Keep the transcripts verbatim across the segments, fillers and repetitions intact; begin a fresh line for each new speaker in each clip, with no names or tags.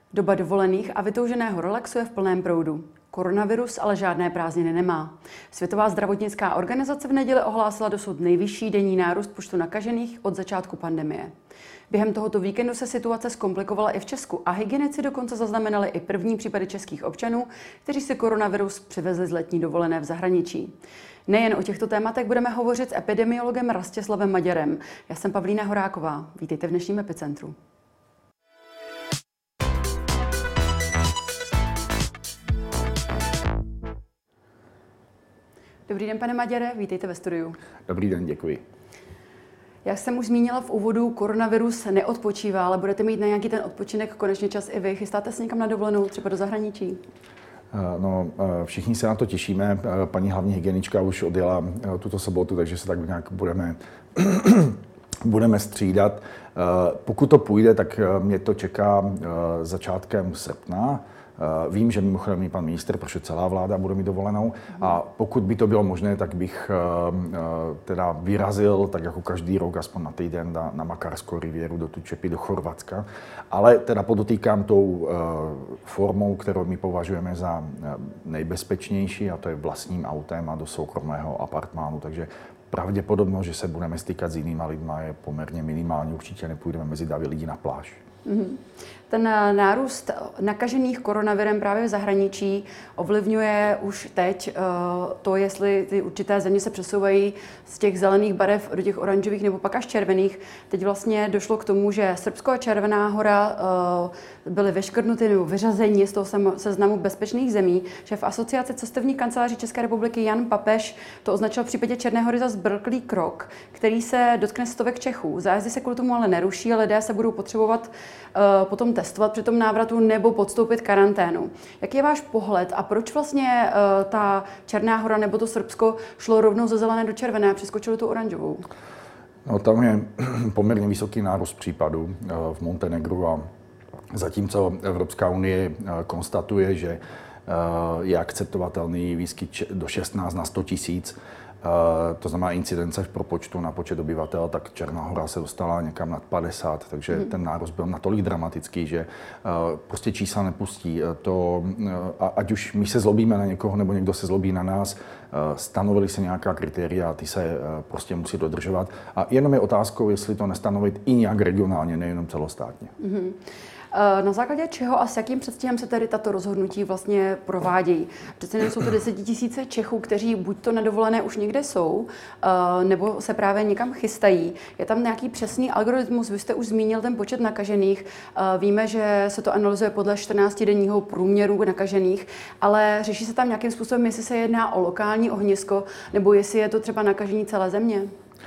Doba dovolených a vytouženého relaxu je v plném proudu. Koronavirus ale žádné prázdniny nemá. Světová zdravotnická organizace v neděli ohlásila dosud nejvyšší denní nárůst počtu nakažených od začátku pandemie. Během tohoto víkendu se situace zkomplikovala i v Česku a hygienici dokonce zaznamenali i první případy českých občanů, kteří si koronavirus přivezli z letní dovolené v zahraničí. Nejen o těchto tématech budeme hovořit s epidemiologem Rastěslavem Maďarem. Já jsem Pavlína Horáková. Vítejte v dnešním epicentru. Dobrý den, pane Maďare, vítejte ve studiu.
Dobrý den, děkuji.
Jak jsem už zmínila v úvodu, koronavirus neodpočívá, ale budete mít na nějaký ten odpočinek konečně čas i vy. Chystáte se někam na dovolenou, třeba do zahraničí?
No, všichni se na to těšíme. Paní hlavní hygienička už odjela tuto sobotu, takže se tak nějak budeme, budeme střídat. Pokud to půjde, tak mě to čeká začátkem srpna. Vím, že mimochodem i pan ministr, protože celá vláda bude mít dovolenou. A pokud by to bylo možné, tak bych teda vyrazil, tak jako každý rok, aspoň na týden na, na Makarskou riviéru, do Tučepy, do Chorvatska. Ale teda podotýkám tou formou, kterou my považujeme za nejbezpečnější, a to je vlastním autem a do soukromého apartmánu. Takže pravděpodobnost, že se budeme stýkat s jinýma lidma, je poměrně minimální. Určitě nepůjdeme mezi davy lidí na pláž.
Mm-hmm. Ten nárůst nakažených koronavirem právě v zahraničí ovlivňuje už teď to, jestli ty určité země se přesouvají z těch zelených barev do těch oranžových nebo pak až červených. Teď vlastně došlo k tomu, že Srbsko a Červená Hora byly vyškrtnuty nebo vyřazení z toho seznamu bezpečných zemí. Šéf Asociace cestovních kanceláří České republiky Jan Papež to označil v případě Černé Hory za zbrklý krok, který se dotkne stovek Čechů. Zájezdy se kvůli tomu ale neruší, lidé se budou potřebovat potom testovat při tom návratu nebo podstoupit karanténu. Jaký je váš pohled a proč vlastně uh, ta Černá Hora nebo to Srbsko šlo rovnou ze zelené do červené a přeskočilo tu oranžovou?
No, tam je poměrně vysoký nárůst případů uh, v Montenegru a zatímco Evropská unie uh, konstatuje, že uh, je akceptovatelný výskyt do šestnáct na sto tisíc, Uh, to znamená incidence v propočtu na počet obyvatel, tak Černá Hora se dostala někam nad padesát, takže mm. ten nárůst byl natolik dramatický, že uh, prostě čísla nepustí. To, uh, ať už my se zlobíme na někoho, nebo někdo se zlobí na nás, uh, stanovili se nějaká kritéria a ty se uh, prostě musí dodržovat. A jenom je otázkou, jestli to nestanovit i nějak regionálně, nejenom celostátně. Mm-hmm.
Na základě čeho a s jakým předstihem se tedy tato rozhodnutí vlastně provádějí? Přece jen jsou to desetitisíce Čechů, kteří buď to na dovolené už někde jsou, nebo se právě někam chystají. Je tam nějaký přesný algoritmus? Vy jste už zmínil ten počet nakažených. Víme, že se to analyzuje podle čtrnáctidenního průměru nakažených, ale řeší se tam nějakým způsobem, jestli se jedná o lokální ohnisko, nebo jestli je to třeba nakažení celé země?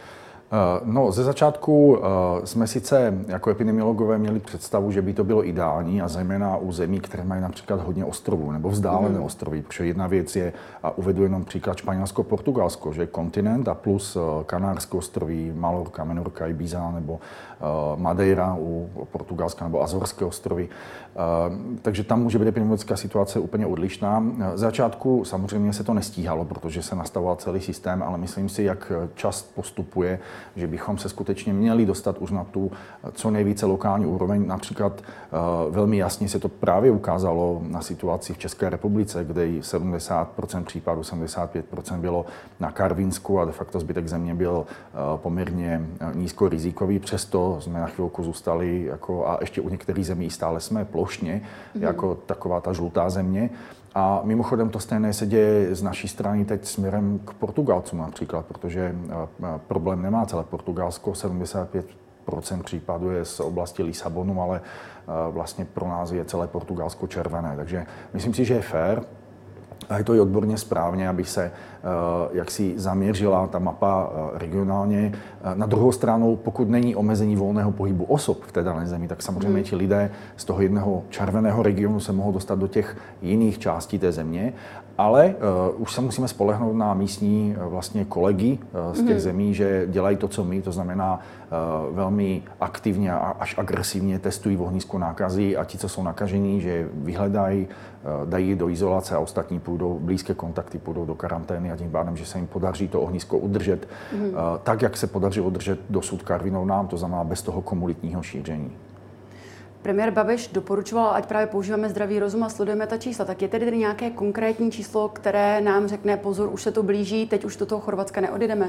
No, ze začátku jsme sice jako epidemiologové měli představu, že by to bylo ideální a zejména u zemí, které mají například hodně ostrovů nebo vzdálené mm. ostrovy, protože jedna věc je, a uvedu jenom příklad Španělsko, Portugalsko, že kontinent a plus Kanárské ostrovy, Malorka, Menorka, Ibiza nebo Madeira u Portugalska nebo Azorské ostrovy. Takže tam může být epidemiologická situace úplně odlišná. Z začátku samozřejmě se to nestíhalo, protože se nastavoval celý systém, ale myslím si, jak čas postupuje, že bychom se skutečně měli dostat už na tu co nejvíce lokální úroveň. Například uh, velmi jasně se to právě ukázalo na situaci v České republice, kde sedmdesát procent případů, sedmdesát pět procent bylo na Karvinsku a de facto zbytek země byl uh, poměrně nízkorizikový. Přesto jsme na chvilku zůstali, jako, a ještě u některých zemí stále jsme plošně, mm. jako taková ta žlutá země. A mimochodem to stejné se děje z naší strany teď směrem k Portugalcům například, protože problém nemá celé Portugalsko, sedmdesát pět procent případů je z oblasti Lisabonu, ale vlastně pro nás je celé Portugalsko červené. Takže myslím si, že je fér, a je to i odborně správně, aby se uh, jaksi zaměřila ta mapa uh, regionálně. Uh, na druhou stranu, pokud není omezení volného pohybu osob v té dané zemi, tak samozřejmě hmm. ti lidé z toho jednoho červeného regionu se mohou dostat do těch jiných částí té země. Ale uh, už se musíme spolehnout na místní uh, vlastně kolegy uh, z těch hmm. zemí, že dělají to, co my, to znamená uh, velmi aktivně a až agresivně testují v ohnisku nákazy a ti, co jsou nakažení, že vyhledají, uh, dají do izolace a ostatní půjdou, blízké kontakty půjdou do karantény a tím pádem, že se jim podaří to ohnisko udržet hmm. uh, tak, jak se podařilo udržet dosud Karvinou nám, to znamená bez toho komunitního šíření.
Premiér Babiš doporučoval, ať právě používáme zdravý rozum a sledujeme ta čísla. Tak je tedy, tedy nějaké konkrétní číslo, které nám řekne, pozor, už se to blíží, teď už do toho Chorvatska neodjedeme?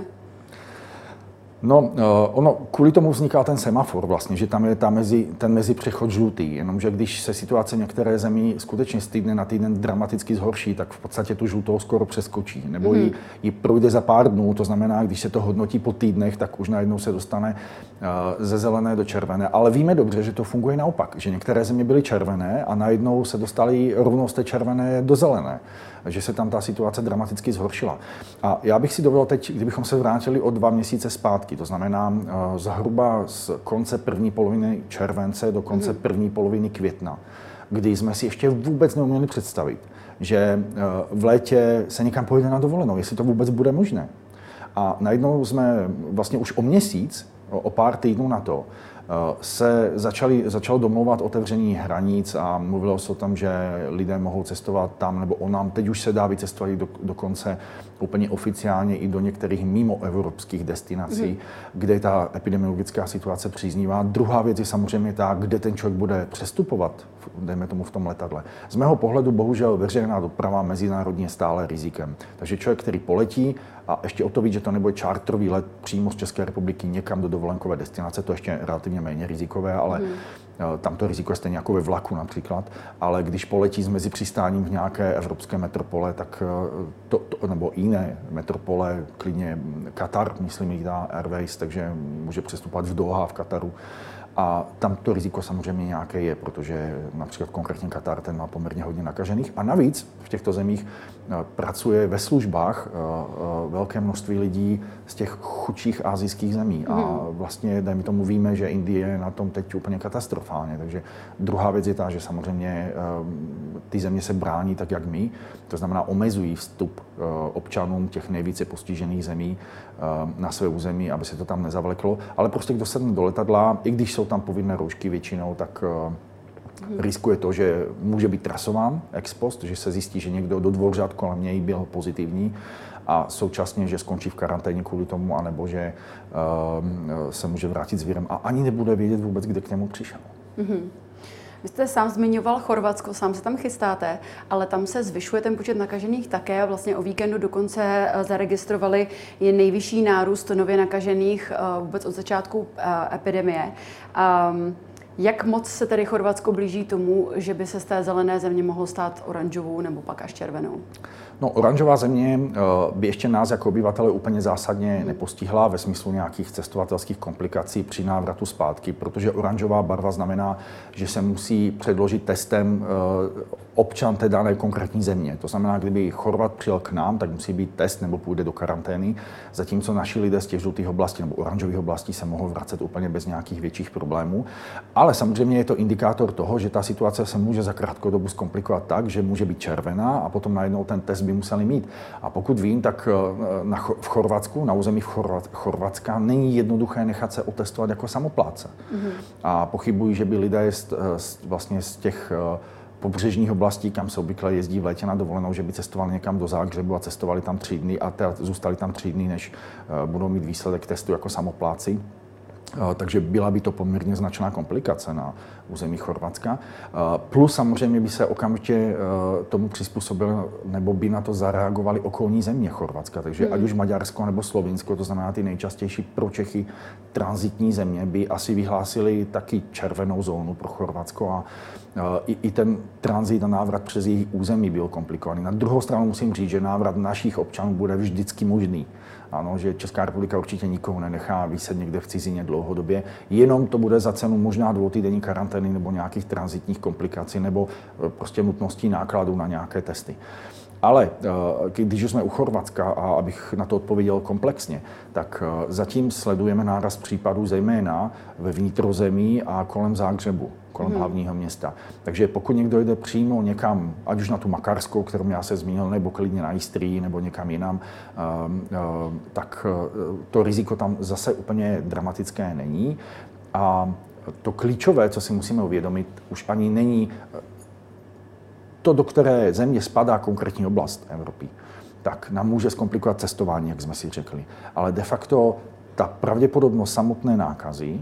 No, ono, kvůli tomu vzniká ten semafor vlastně, že tam je ta mezi, ten mezipřechod žlutý, jenomže když se situace některé zemí skutečně z týdne na týden dramaticky zhorší, tak v podstatě tu žlutou skoro přeskočí, nebo mm. ji, ji projde za pár dnů, to znamená, když se to hodnotí po týdnech, tak už najednou se dostane uh, ze zelené do červené. Ale víme dobře, že to funguje naopak, že některé země byly červené a najednou se dostaly rovnou z té červené do zelené, že se tam ta situace dramaticky zhoršila. A já bych si dovolil teď, kdybychom se vrátili o dva měsíce zpátky, to znamená uh, zhruba z konce první poloviny července do konce mm. první poloviny května, kdy jsme si ještě vůbec neuměli představit, že uh, v létě se někam pojede na dovolenou, jestli to vůbec bude možné. A najednou jsme vlastně už o měsíc, o, o pár týdnů na to, se začali, začalo domlouvat otevření hranic a mluvilo se o tom, že lidé mohou cestovat tam nebo onam. Teď už se dá vycestovat do, dokonce úplně oficiálně i do některých mimoevropských destinací, mm. kde je ta epidemiologická situace příznivá. Druhá věc je samozřejmě ta, kde ten člověk bude přestupovat, dejme tomu v tom letadle. Z mého pohledu bohužel veřejná doprava mezinárodně je stále rizikem. Takže člověk, který poletí, a ještě o to víc, že to nebude čártrový let přímo z České republiky někam do dovolenkové destinace, to ještě relativně méně rizikové, ale hmm. tam to riziko je stejně jako ve vlaku například. Ale když poletí s mezipřistáním v nějaké evropské metropole, tak to, to nebo jiné metropole, klidně Katar, myslím, jich dá Airways, takže může přestupovat v Doha v Kataru. A tam to riziko samozřejmě nějaké je, protože například konkrétně Katar, ten má poměrně hodně nakažených. A navíc v těchto zemích pracuje ve službách velké množství lidí z těch chudších asijských zemí. Mm. A vlastně, dejme tomu, víme, že Indie je na tom teď úplně katastrofálně. Takže druhá věc je ta, že samozřejmě ty země se brání tak, jak my. To znamená, omezují vstup občanům těch nejvíce postižených zemí na své území, aby se to tam nezavleklo. Ale prostě kdo sedne do letadla, i když jsou tam povinné roušky většinou, tak hmm. riskuje to, že může být trasován ex post, že se zjistí, že někdo do dvou řád kolem něj byl pozitivní a současně, že skončí v karanténě kvůli tomu, anebo že uh, se může vrátit s virem a ani nebude vědět vůbec, kde k němu přišel. Hmm.
Vy jste sám zmiňoval Chorvatsko, sám se tam chystáte, ale tam se zvyšuje ten počet nakažených také a vlastně o víkendu dokonce zaregistrovali je nejvyšší nárůst nově nakažených vůbec od začátku epidemie. Um, Jak moc se tedy Chorvatsko blíží tomu, že by se z té zelené země mohlo stát oranžovou nebo pak až červenou?
No, oranžová země by ještě nás jako obyvatele úplně zásadně nepostihla ve smyslu nějakých cestovatelských komplikací při návratu zpátky, protože oranžová barva znamená, že se musí předložit testem občan té dané konkrétní země. To znamená, kdyby Chorvat přijel k nám, tak musí být test nebo půjde do karantény, zatímco naši lidé z těch žlutých oblastí nebo oranžových oblastí se mohou vracet úplně bez nějakých větších problémů. Ale samozřejmě je to indikátor toho, že ta situace se může za krátkou dobu zkomplikovat tak, že může být červená a potom najednou ten test by museli mít. A pokud vím, tak na, v Chorvatsku, na území v Chorvat, Chorvatska není jednoduché nechat se otestovat jako samopláce. Mm-hmm. A pochybuji, že by lidé z, z, vlastně z těch pobřežních oblastí, kam se obvykle jezdí v létě na dovolenou, že by cestovali někam do Záhřebu a cestovali tam tři dny a teda zůstali tam tři dny, než budou mít výsledek testu jako samopláci. Takže byla by to poměrně značná komplikace na území Chorvatska. Plus samozřejmě by se okamžitě tomu přizpůsobil, nebo by na to zareagovali okolní země Chorvatska. Takže hmm. ať už Maďarsko nebo Slovinsko, to znamená ty nejčastější pro Čechy tranzitní země, by asi vyhlásili taky červenou zónu pro Chorvatsko a i, i ten tranzit a návrat přes jejich území byl komplikovaný. Na druhou stranu musím říct, že návrat našich občanů bude vždycky možný. Ano, že Česká republika určitě nikoho nenechá vyset někde v cizině dlouhodobě, jenom to bude za cenu možná dvoutýdenní karantény nebo nějakých tranzitních komplikací nebo prostě nutností nákladů na nějaké testy. Ale když už jsme u Chorvatska, a abych na to odpověděl komplexně, tak zatím sledujeme nárast případů zejména ve vnitrozemí a kolem Záhřebu, kolem hmm. hlavního města. Takže pokud někdo jde přímo někam, ať už na tu Makarskou, kterou já se zmínil, nebo klidně na Istrii, nebo někam jinam, tak to riziko tam zase úplně dramatické není. A to klíčové, co si musíme uvědomit, už ani není to, do které země spadá konkrétní oblast Evropy, tak nám může zkomplikovat cestování, jak jsme si řekli. Ale de facto ta pravděpodobnost samotné nákazy,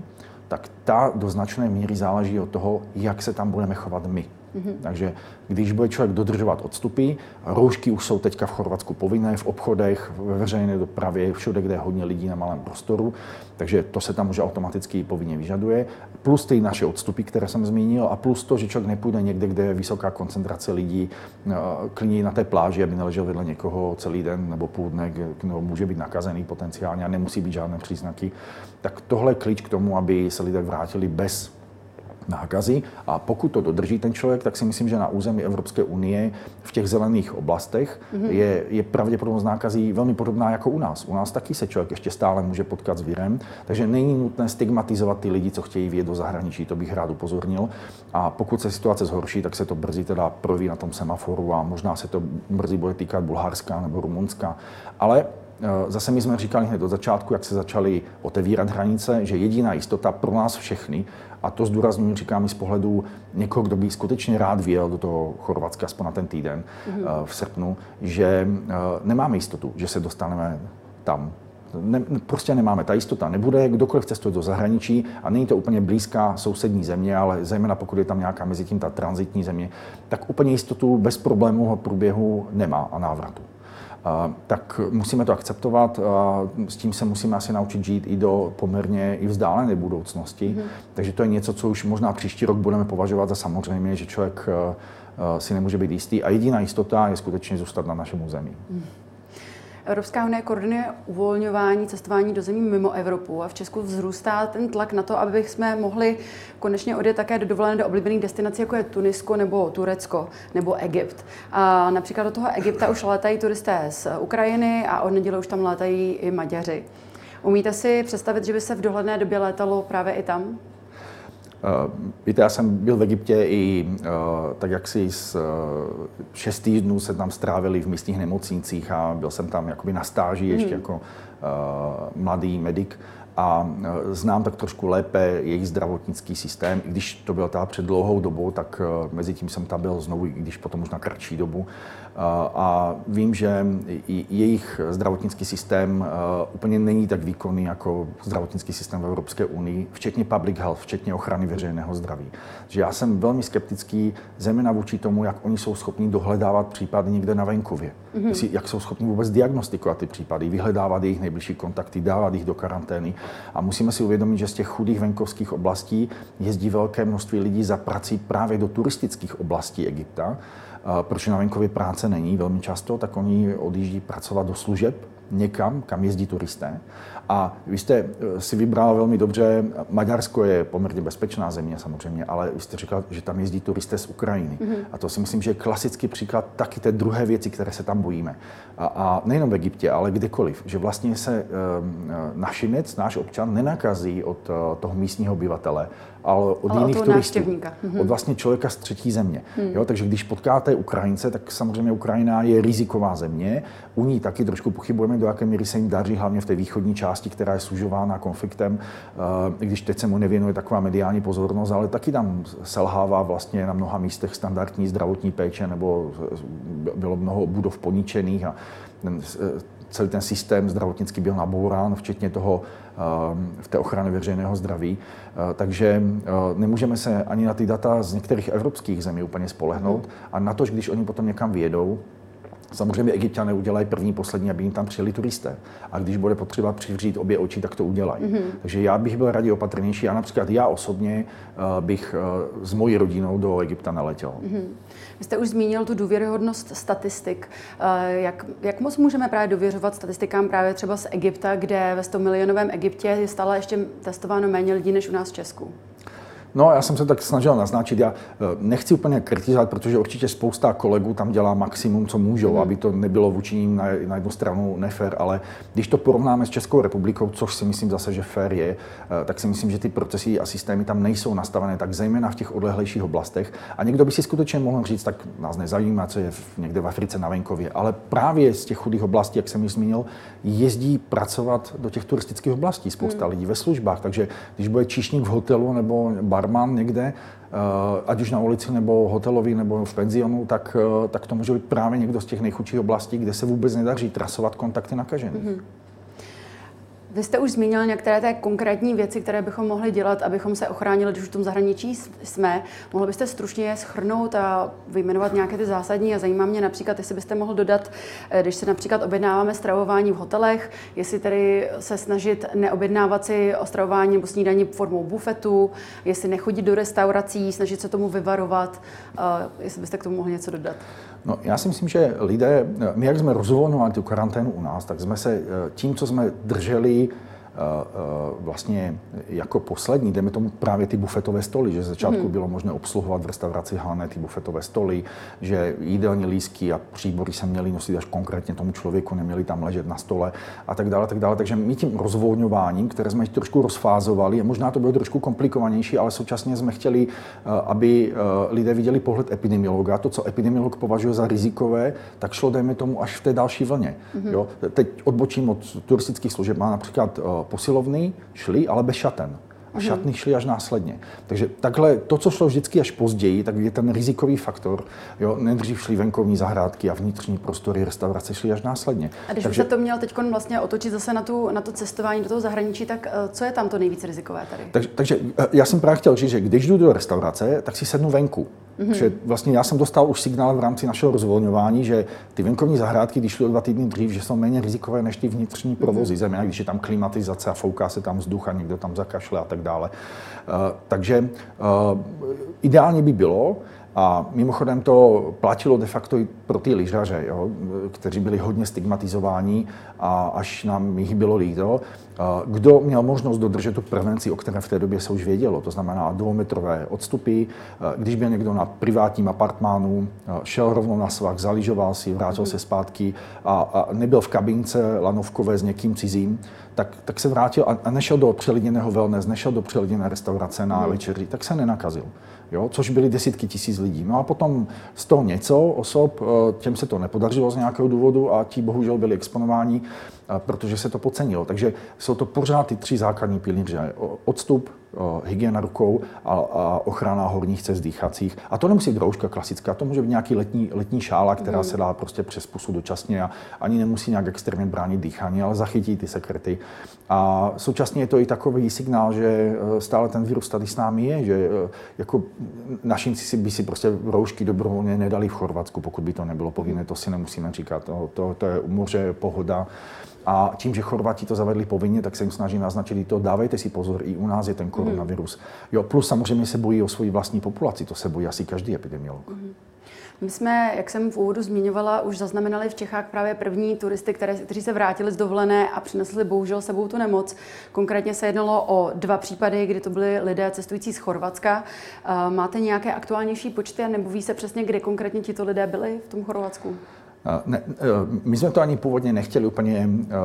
tak ta do značné míry záleží od toho, jak se tam budeme chovat my. Mm-hmm. Takže když bude člověk dodržovat odstupy, roušky už jsou teďka v Chorvatsku povinné, v obchodech, ve veřejné dopravě, všude, kde je hodně lidí na malém prostoru, takže to se tam už automaticky povinně vyžaduje, plus ty naše odstupy, které jsem zmínil, a plus to, že člověk nepůjde někde, kde je vysoká koncentrace lidí, klidně na té pláži, aby neležel vedle někoho celý den nebo půl dne, kdo může být nakazený potenciálně a nemusí být žádné příznaky, tak tohle je klíč k tomu, aby se lidé vrátili bez nákazy, a pokud to dodrží ten člověk, tak si myslím, že na území Evropské unie v těch zelených oblastech mm-hmm. je, je pravděpodobnost nákazí velmi podobná jako u nás. U nás taky se člověk ještě stále může potkat s virem, takže není nutné stigmatizovat ty lidi, co chtějí vyjet do zahraničí, to bych rád upozornil. A pokud se situace zhorší, tak se to brzy teda projeví na tom semaforu a možná se to brzy bude týkat Bulharska nebo Rumunska. Ale zase my jsme říkali hned od začátku, jak se začaly otevírat hranice, že jediná jistota pro nás všechny, a to zdůrazňuji, říkám i z pohledu někoho, kdo by skutečně rád vyjel do toho Chorvatska aspoň na ten týden mm-hmm. v srpnu, že nemáme jistotu, že se dostaneme tam. Ne, prostě nemáme. Ta jistota nebude, kdokoliv cestuje do zahraničí a není to úplně blízká sousední země, ale zejména pokud je tam nějaká mezi tím ta tranzitní země, tak úplně jistotu bez problémů průběhu nemá a návratu. Uh, tak musíme to akceptovat, uh, s tím se musíme asi naučit žít i do poměrně i vzdálené budoucnosti. Mm-hmm. Takže to je něco, co už možná příští rok budeme považovat za samozřejmé, že člověk uh, uh, si nemůže být jistý a jediná jistota je skutečně zůstat na našem území. Mm.
Evropská unie koordinuje uvolňování cestování do zemí mimo Evropu a v Česku vzrůstá ten tlak na to, aby jsme mohli konečně odjet také do dovolené do oblíbených destinací, jako je Tunisko nebo Turecko nebo Egypt. A například do toho Egypta už létají turisté z Ukrajiny a od neděle už tam létají i Maďaři. Umíte si představit, že by se v dohledné době létalo právě i tam?
Uh, víte, já jsem byl v Egyptě i uh, tak jak si z uh, šest týdnů se tam strávili v místních nemocnicích a byl jsem tam jakoby na stáži ještě hmm. jako uh, mladý medic a uh, znám tak trošku lépe jejich zdravotnický systém, i když to bylo teda před dlouhou dobou, tak uh, mezi tím jsem tam byl znovu, i když potom už na kratší dobu. Uh, a vím, že i jejich zdravotnický systém uh, úplně není tak výkonný jako zdravotnický systém v Evropské unii, včetně public health, včetně ochrany veřejného zdraví. Že já jsem velmi skeptický, zejména vůči tomu, jak oni jsou schopni dohledávat případy někde na venkově. Mm-hmm. Jak jsou schopni vůbec diagnostikovat ty případy, vyhledávat jejich nejbližší kontakty, dávat jich do karantény. A musíme si uvědomit, že z těch chudých venkovských oblastí jezdí velké množství lidí za prací právě do turistických oblastí Egypta. Protože na venkově práce není velmi často, tak oni odjíždí pracovat do služeb někam, kam jezdí turisté. A vy jste si vybral velmi dobře, Maďarsko je poměrně bezpečná země samozřejmě, ale vy jste říkal, že tam jezdí turisté z Ukrajiny. Mm-hmm. A to si myslím, že je klasický příklad taky té druhé věci, které se tam bojíme. A, a nejenom v Egyptě, ale kdekoliv. Že vlastně se e, našinec, náš občan, nenakazí od e, toho místního obyvatele, ale od ale jiných od turistů. Mm-hmm. Od vlastně člověka z třetí země. Mm. Jo, takže když potkáte Ukrajince, tak samozřejmě Ukrajina je riziková země. U ní taky trošku pochybujeme, do jaké míry se jim daří, hlavně v té východní části, která je sužována konfliktem, i když teď se mu nevěnuje taková mediální pozornost, ale taky tam selhává vlastně na mnoha místech standardní zdravotní péče, nebo bylo mnoho budov poničených a ten, celý ten systém zdravotnický byl nabourán, včetně toho v té ochraně veřejného zdraví. Takže nemůžeme se ani na ty data z některých evropských zemí úplně spolehnout a na to, že když oni potom někam vyjedou, samozřejmě Egypťané udělají první, poslední, aby jim tam přijeli turisté. A když bude potřeba přivřít obě oči, tak to udělají. Mm-hmm. Takže já bych byl raději opatrnější a například já osobně uh, bych uh, s mojí rodinou do Egypta neletěl. Mm-hmm.
Vy jste už zmínil tu důvěryhodnost statistik. Uh, jak, jak moc můžeme právě důvěřovat statistikám právě třeba z Egypta, kde ve stomilionovém Egyptě je stále ještě testováno méně lidí než u nás v Česku?
No, já jsem se tak snažil naznačit. Já nechci úplně kritizovat, protože určitě spousta kolegů tam dělá maximum, co můžou, mm. aby to nebylo vůči nim na, na jednu stranu nefér, ale když to porovnáme s Českou republikou, což si myslím zase, že fér je, tak si myslím, že ty procesy a systémy tam nejsou nastavené tak zejména v těch odlehlejších oblastech. A někdo by si skutečně mohl říct, tak nás nezajímá, co je v, někde v Africe na venkově, ale právě z těch chudých oblastí, jak jsem již zmínil, jezdí pracovat do těch turistických oblastí spousta mm. lidí ve službách, takže když bude číšník v hotelu nebo barman někde, ať už na ulici, nebo hotelový, nebo v penzionu, tak, tak to může být právě někdo z těch nejchudších oblastí, kde se vůbec nedaří trasovat kontakty nakažených. Mm-hmm.
Vy jste už zmínil některé té konkrétní věci, které bychom mohli dělat, abychom se ochránili, když už v tom zahraničí jsme. Mohl byste stručně je shrnout a vyjmenovat nějaké ty zásadní a zajímá mě například, jestli byste mohl dodat, když se například objednáváme stravování v hotelech, jestli tedy se snažit neobjednávat si o stravování nebo snídaní formou bufetu, jestli nechodit do restaurací, snažit se tomu vyvarovat, jestli byste k tomu mohli něco dodat.
No, já si myslím, že lidé, my jak jsme rozvolňovali tu karanténu u nás, tak jsme se tím, co jsme drželi vlastně jako poslední, jdeme tomu právě ty bufetové stoly, že z začátku hmm. bylo možné obsluhovat v restauraci Hané ty bufetové stoly, že jídelní lístky a příbory se měly nosit až konkrétně tomu člověku, neměli tam ležet na stole a tak dále, tak dále. Takže my tím rozvolňováním, které jsme trošku rozfázovali, a možná to bylo trošku komplikovanější, ale současně jsme chtěli, aby lidé viděli pohled epidemiologa, to, co epidemiolog považuje za rizikové, tak šlo, dejme tomu, až v té další vlně. Hmm. Jo? Teď odbočím od turistických služeb, má například posilovny šly, ale bez šaten. A šatny šly až následně. Takže takhle to, co šlo vždycky až později, tak je ten rizikový faktor. Jo, nejdřív šly venkovní zahrádky a vnitřní prostory restaurace šly až následně.
A když
Takže,
se to měl teď vlastně otočit zase na, tu, na to cestování do toho zahraničí, tak co je tam to nejvíc rizikové tady?
Takže, takže já jsem právě chtěl říct, že když jdu do restaurace, tak si sednu venku. Mm-hmm. Že vlastně já jsem dostal už signál v rámci našeho rozvolňování, že ty venkovní zahrádky, když šly o dva týdny dřív, že jsou méně rizikové než ty vnitřní provozy, mm-hmm. země, když je tam klimatizace a fouká se tam vzduch a někdo tam zakašle a tak dále. Uh, takže uh, ideálně by bylo, a mimochodem to platilo de facto i pro ty lyžaře, jo, kteří byli hodně stigmatizováni a až nám jich bylo líto. Kdo měl možnost dodržet tu prevenci, o které v té době se už vědělo, to znamená dvoumetrové odstupy, když byl někdo na privátním apartmánu, šel rovnou na svah, zalyžoval si, vrátil se zpátky a, a nebyl v kabince lanovkové s někým cizím, tak, tak se vrátil a, a nešel do přelidněného wellness, nešel do přelidněné restaurace na večeři, tak se nenakazil. Jo, což byly desítky tisíc lidí. No a potom z toho něco osob, těm se to nepodařilo z nějakého důvodu a ti bohužel byli exponováni, protože se to podcenilo. Takže jsou to pořád ty tři základní pilíře. Odstup, hygiena rukou a, a ochrana horních cest dýchacích. A to nemusí být rouška klasická, to může být nějaký letní, letní šála, která mm. se dá prostě přes pusu dočasně a ani nemusí nějak extrémně bránit dýchání, ale zachytí ty sekrety. A současně je to i takový signál, že stále ten virus tady s námi je, že jako našinci by si prostě roušky dobrovolně nedali v Chorvatsku, pokud by to nebylo povinné, to si nemusíme říkat. To, to, to je u moře, pohoda. A tím, že Chorvati to zavedli povinně, tak se jim snaží naznačit i to, dávejte si pozor, i u nás je ten koronavirus. Jo, plus samozřejmě se bojí o svoji vlastní populaci, to se bojí asi každý epidemiolog. Mm-hmm.
My jsme, jak jsem v úvodu zmiňovala, už zaznamenali v Čechách právě první turisty, které, kteří se vrátili z dovolené a přinesli bohužel sebou tu nemoc. Konkrétně se jednalo o dva případy, kdy to byli lidé cestující z Chorvatska. Máte nějaké aktuálnější počty a nebo ví se přesně, kde konkrétně tito lidé byli v tom Chorvatsku?
Ne, my jsme to ani původně nechtěli úplně,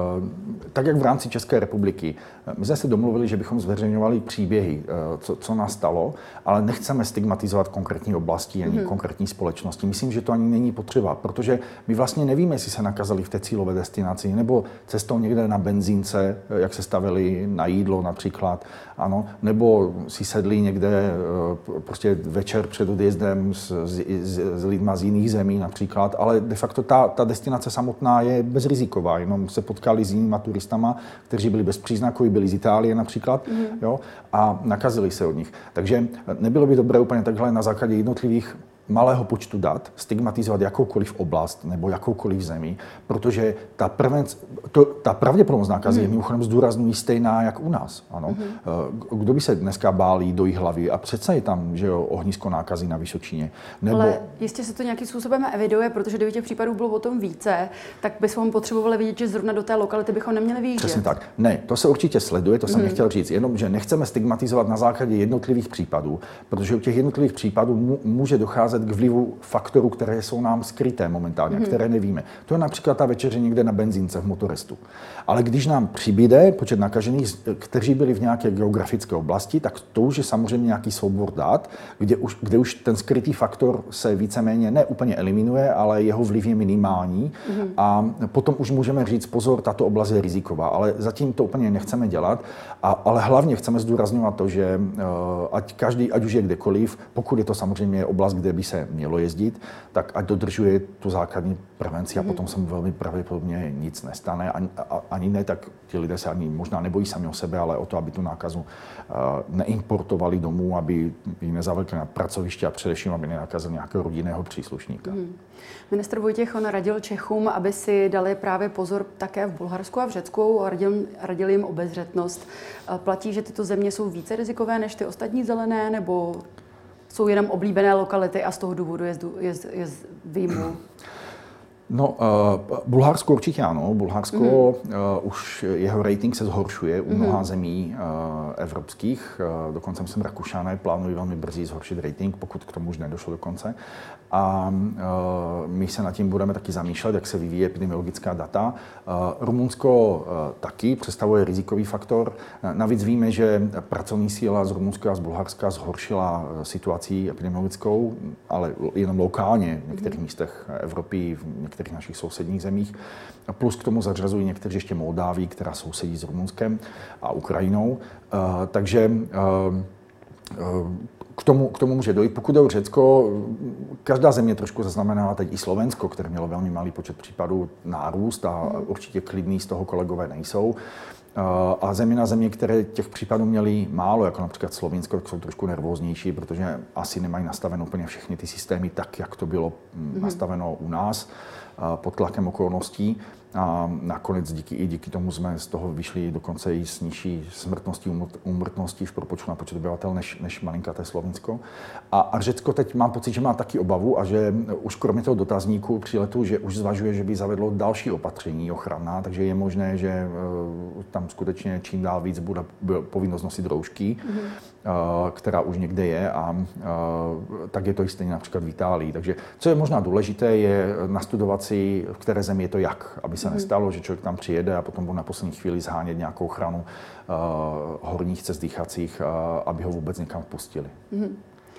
tak jak v rámci České republiky. My jsme se domluvili, že bychom zveřejňovali příběhy, co, co nastalo, ale nechceme stigmatizovat konkrétní oblasti ani hmm. konkrétní společnosti. Myslím, že to ani není potřeba, protože my vlastně nevíme, jestli se nakazali v té cílové destinaci, nebo cestou někde na benzínce, jak se stavili na jídlo například, ano, nebo si sedli někde prostě večer před odjezdem s, s, s lidma z jiných zemí například, ale de facto Ta, ta destinace samotná je bezriziková, jenom se potkali s jinýma turistama, kteří byli bezpříznakoví, byli z Itálie například, mm. jo, a nakazili se od nich. Takže nebylo by dobré úplně takhle na základě jednotlivých malého počtu dat stigmatizovat jakoukoliv oblast nebo jakoukoliv zemi, protože ta, prevenc, to, ta pravděpodobnost nákazy mm. je mimochodem zdůrazňují stejná jak u nás. Ano. Mm. Kdo by se dneska bál jít do Jihlavy a přece je tam, že jo, ohnisko nákazy na Vysočině. Nebo...
Ale jistě se to nějakým způsobem eviduje, protože kdyby těch případů bylo o tom více, tak bychom potřebovali vidět, že zrovna do té lokality bychom neměli vyjíždět.
Přesně tak. Ne, to se určitě sleduje, to jsem mm. nechtěl říct, jenom že nechceme stigmatizovat na základě jednotlivých případů, protože u těch jednotlivých případů může docházet k vlivu faktorů, které jsou nám skryté momentálně, mm. které nevíme. To je například ta večeře někde na benzínce v motorestu. Ale když nám přibyde počet nakažených, kteří byli v nějaké geografické oblasti, tak to už je samozřejmě nějaký soubor dat, kde už, kde už ten skrytý faktor se víceméně ne úplně eliminuje, ale jeho vliv je minimální. Mm. A potom už můžeme říct, pozor, tato oblast je riziková, ale zatím to úplně nechceme dělat. A, ale hlavně chceme zdůrazňovat to, že ať každý, ať už je kdekoliv, pokud je to samozřejmě oblast, kde by se mělo jezdit, tak ať dodržuje tu základní prevenci a mm. potom se mu velmi pravděpodobně nic nestane. Ani, ani ne, tak ti lidé se ani možná nebojí sami o sebe, ale o to, aby tu nákazu uh, neimportovali domů, aby ji nezavlekli na pracoviště a především, aby nenakazili nějakého rodinného příslušníka. Mm.
Ministr Vojtěch on radil Čechům, aby si dali právě pozor také v Bulharsku a v Řecku, radil, radil jim obezřetnost. Platí, že tyto země jsou více rizikové než ty ostatní zelené, nebo jsou jenom oblíbené lokality a z toho důvodu je, je, je výjimou?
No, uh, Bulharsko určitě ano. Bulharsko, mm-hmm. uh, už jeho rating se zhoršuje u mnoha mm-hmm. zemí uh, evropských. Uh, dokonce myslím, Rakušané plánují velmi brzy zhoršit rating, pokud k tomu už nedošlo dokonce. A uh, my se nad tím budeme taky zamýšlet, jak se vyvíjí epidemiologická data. Uh, Rumunsko uh, taky představuje rizikový faktor. Uh, navíc víme, že pracovní síla z Rumunska a z Bulharska zhoršila uh, situaci epidemiologickou, ale jenom lokálně v některých mm-hmm. místech Evropy, v některých našich sousedních zemích. Plus k tomu zařazují někteří ještě Moldávii, která sousedí s Rumunskem a Ukrajinou. Uh, takže uh, uh, K tomu, k tomu může dojít. Pokud jde o Řecko, každá země trošku zaznamenala, teď i Slovensko, které mělo velmi malý počet případů, nárůst a určitě klidný z toho kolegové nejsou. A země na země, které těch případů měly málo, jako například Slovinsko, tak jsou trošku nervóznější, protože asi nemají nastaveno úplně všechny ty systémy tak, jak to bylo mm. nastaveno u nás pod tlakem okolností. A nakonec díky, i díky tomu jsme z toho vyšli dokonce i s nižší smrtností, úmrtností v propočtu na počet obyvatel než, než malinkaté Slovinsko. A, a Řecko teď mám pocit, že má taky obavu a že už kromě toho dotazníku příletu, že už zvažuje, že by zavedlo další opatření ochranná, takže je možné, že uh, tam skutečně čím dál víc bude povinnost nosit roušky, mm-hmm. uh, která už někde je a uh, tak je to i stejně například v Itálii. Takže co je možná důležité, je nastudovat si, v které zemi je to jak, aby se nestalo, že člověk tam přijede a potom bude na poslední chvíli zhánět nějakou ochranu uh, horních cest dýchacích, uh, aby ho vůbec někam vpustili. Mm-hmm.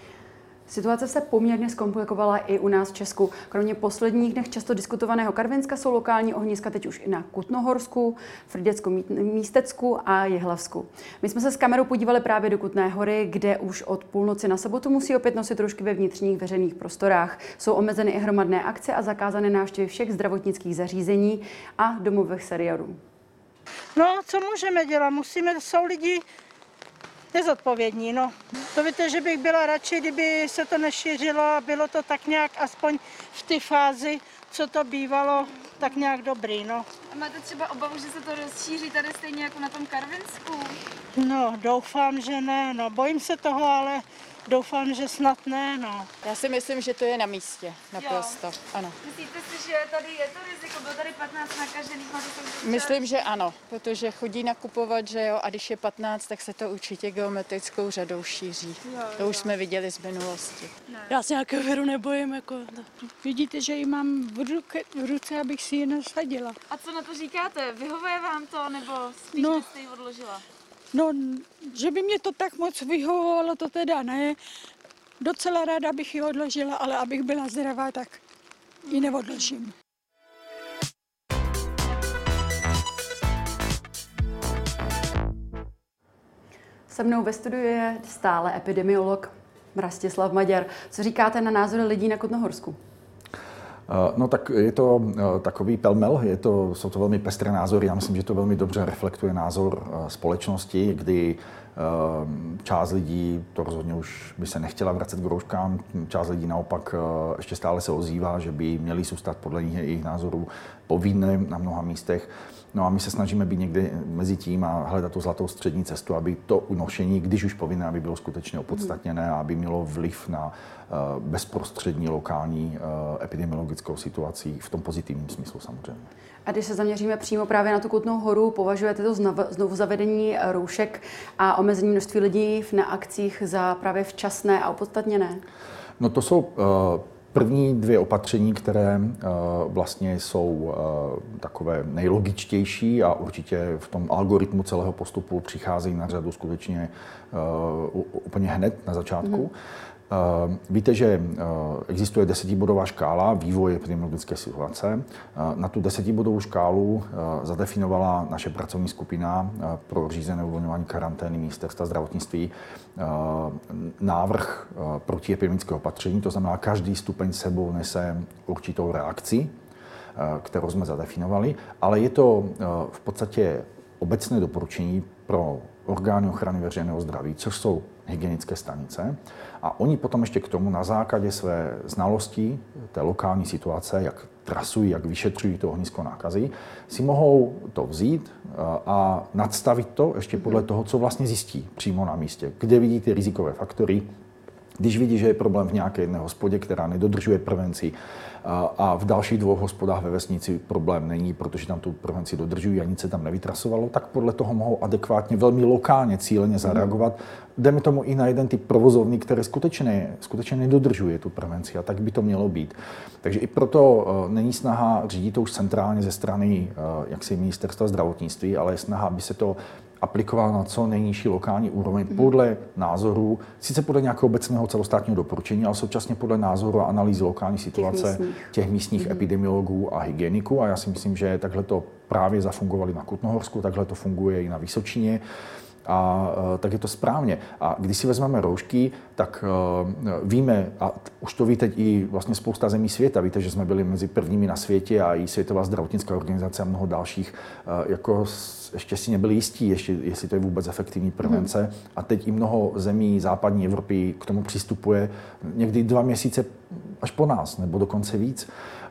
Situace se poměrně zkomplikovala i u nás v Česku. Kromě posledních dnech často diskutovaného Karvinska jsou lokální ohniska teď už i na Kutnohorsku, Frděcku-Místecku a Jihlavsku. My jsme se s kamerou podívali právě do Kutné Hory, kde už od půlnoci na sobotu musí opět nosit roušky ve vnitřních veřejných prostorách. Jsou omezeny i hromadné akce a zakázané návštěvy všech zdravotnických zařízení a domových seniorů.
No, co můžeme dělat? Musíme, jsou lidi nezodpovědní, no. To víte, že bych byla radši, kdyby se to nešířilo a bylo to tak nějak aspoň v té fázi, co to bývalo, tak nějak dobrý, no.
A máte třeba obavu, že se to rozšíří tady stejně jako na tom Karvinsku?
No, doufám, že ne, no. Bojím se toho, ale doufám, že snad ne, no.
Já si myslím, že to je na místě, naprosto, ano.
Myslíte si, že tady je to riziko? Bylo tady patnáct nakažených?
Myslím, že ano, protože chodí nakupovat, že jo, a když je patnáct, tak se to určitě geometrickou řadou šíří. Jo, to jo. Už jsme viděli z minulosti.
Ne. Já se nějakého viru nebojím, jako, vidíte, že ji mám v, ruce, v ruce, abych si ji nasadila.
A co na to říkáte? Vyhovuje vám to, nebo spíš no, byste ji odložila?
No, že by mě to tak moc vyhovovalo, to teda ne. Docela ráda bych ji odložila, ale abych byla zdravá, tak ji neodložím.
Se mnou ve studiu je stále epidemiolog Rastislav Maďar. Co říkáte na názory lidí na Kutnohorsku?
No tak je to takový pelmel, je to, jsou to velmi pestré názory. Já myslím, že to velmi dobře reflektuje názor společnosti, kdy část lidí to rozhodně už by se nechtěla vracet k rouškám, část lidí naopak ještě stále se ozývá, že by měli zůstat podle jejich názorů povinné na mnoha místech. No a my se snažíme být někde mezi tím a hledat tu zlatou střední cestu, aby to unošení, když už povinné, aby bylo skutečně opodstatněné a aby mělo vliv na uh, bezprostřední lokální uh, epidemiologickou situaci v tom pozitivním smyslu samozřejmě.
A když se zaměříme přímo právě na tu Kutnou Horu, považujete to znovu zavedení roušek a omezení množství lidí na akcích za právě včasné a opodstatněné?
No to jsou uh, první dvě opatření, které uh, vlastně jsou uh, takové nejlogičtější a určitě v tom algoritmu celého postupu přicházejí na řadu skutečně uh, úplně hned na začátku. Mm-hmm. Víte, že existuje desetibodová škála vývoje epidemiologické situace. Na tu desetibodovou škálu zadefinovala naše pracovní skupina pro řízené uvolňování karantény Ministerstva zdravotnictví návrh protiepidemického opatření, to znamená, každý stupeň sebou nese určitou reakci, kterou jsme zadefinovali, ale je to v podstatě obecné doporučení pro orgány ochrany veřejného zdraví, což jsou hygienické stanice. A oni potom ještě k tomu na základě své znalosti té lokální situace, jak trasují, jak vyšetřují to ohnisko nákazy, si mohou to vzít a nadstavit to ještě podle toho, co vlastně zjistí přímo na místě, kde vidí ty rizikové faktory. Když vidí, že je problém v nějaké jedné hospodě, která nedodržuje prevenci, a v dalších dvou hospodách ve vesnici problém není, protože tam tu prevenci dodržují a nic se tam nevytrasovalo, tak podle toho mohou adekvátně, velmi lokálně, cíleně zareagovat. Jdeme tomu i na jeden typ provozovny, které skutečně, skutečně nedodržuje tu prevenci a tak by to mělo být. Takže i proto není snaha řídit to už centrálně ze strany jaksi Ministerstva zdravotnictví, ale je snaha, aby se to aplikoval na co nejnižší lokální úroveň podle názoru, sice podle nějakého obecného celostátního doporučení, ale současně podle názoru a analýzy lokální situace těch místních, těch místních mm-hmm. epidemiologů a hygieniků. A já si myslím, že takhle to právě zafungovali na Kutnohorsku, takhle to funguje i na Vysočině. A tak je to správně. A když si vezmeme roušky, tak víme, a už to ví teď i vlastně spousta zemí světa, víte, že jsme byli mezi prvními na světě a i Světová zdravotnická organizace a mnoho dalších, jako ještě si nebyli jistí, ještě, jestli to je vůbec efektivní prevence. Hmm. A teď i mnoho zemí západní Evropy k tomu přistupuje někdy dva měsíce až po nás, nebo dokonce víc.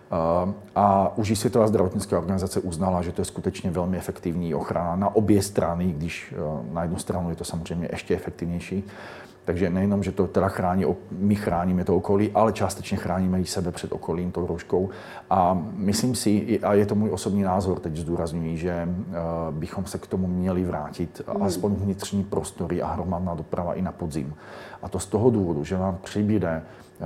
A už i Světová zdravotnická organizace uznala, že to je skutečně velmi efektivní ochrana na obě strany, když na jednu stranu je to samozřejmě ještě efektivnější. Takže nejenom, že to teda chrání, my chráníme to okolí, ale částečně chráníme i sebe před okolím tou rouškou. A myslím si, a je to můj osobní názor, teď zdůrazňuji, že bychom se k tomu měli vrátit, mm. aspoň vnitřní prostory a hromadná doprava i na podzim. A to z toho důvodu, že nám přibude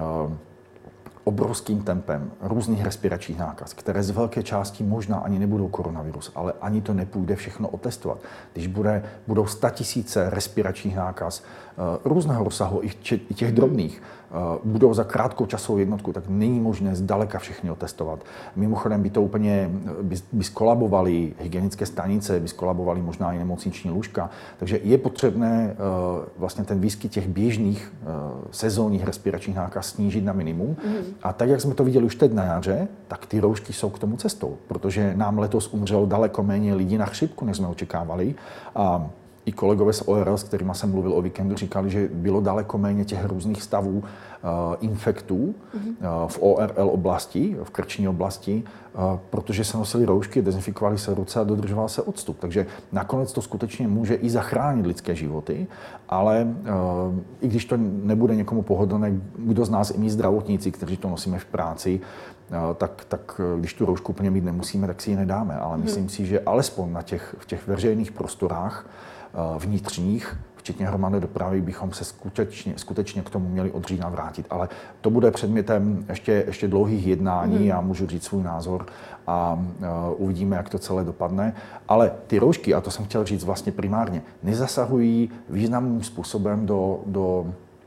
obrovským tempem různých respiračních nákaz, které z velké části možná ani nebudou koronavirus, ale ani to nepůjde všechno otestovat. Když bude, budou statisíce respiračních nákaz uh, různého rozsahu, i, či, i těch drobných, uh, budou za krátkou časovou jednotku, tak není možné zdaleka všechny otestovat. Mimochodem by to úplně, by, by skolabovaly hygienické stanice, by skolabovaly možná i nemocniční lůžka, takže je potřebné uh, vlastně ten výskyt těch běžných uh, sezónních respiračních nákaz snížit na minimum. Mm. A tak, jak jsme to viděli už teď na jaře, tak ty roušky jsou k tomu cestou, protože nám letos umřelo daleko méně lidí na chřipku, než jsme očekávali. A i kolegové z O R L, s kterými jsem mluvil o víkendu, říkali, že bylo daleko méně těch různých stavů uh, infektů mm-hmm. uh, v O R L oblasti, v krční oblasti, uh, protože se nosili roušky, dezinfikovaly se ruce a dodržoval se odstup. Takže nakonec to skutečně může i zachránit lidské životy, ale uh, i když to nebude někomu pohodlné, kdo z nás, i my zdravotníci, kteří to nosíme v práci, uh, tak, tak když tu roušku úplně mít nemusíme, tak si ji nedáme. Ale mm-hmm. myslím si, že alespoň na těch, v těch veřejných prostorách vnitřních, včetně hromadné dopravy, bychom se skutečně, skutečně k tomu měli od října vrátit. Ale to bude předmětem ještě, ještě dlouhých jednání, mm. já můžu říct svůj názor a uh, uvidíme, jak to celé dopadne. Ale ty roušky, a to jsem chtěl říct vlastně primárně, nezasahují významným způsobem do, do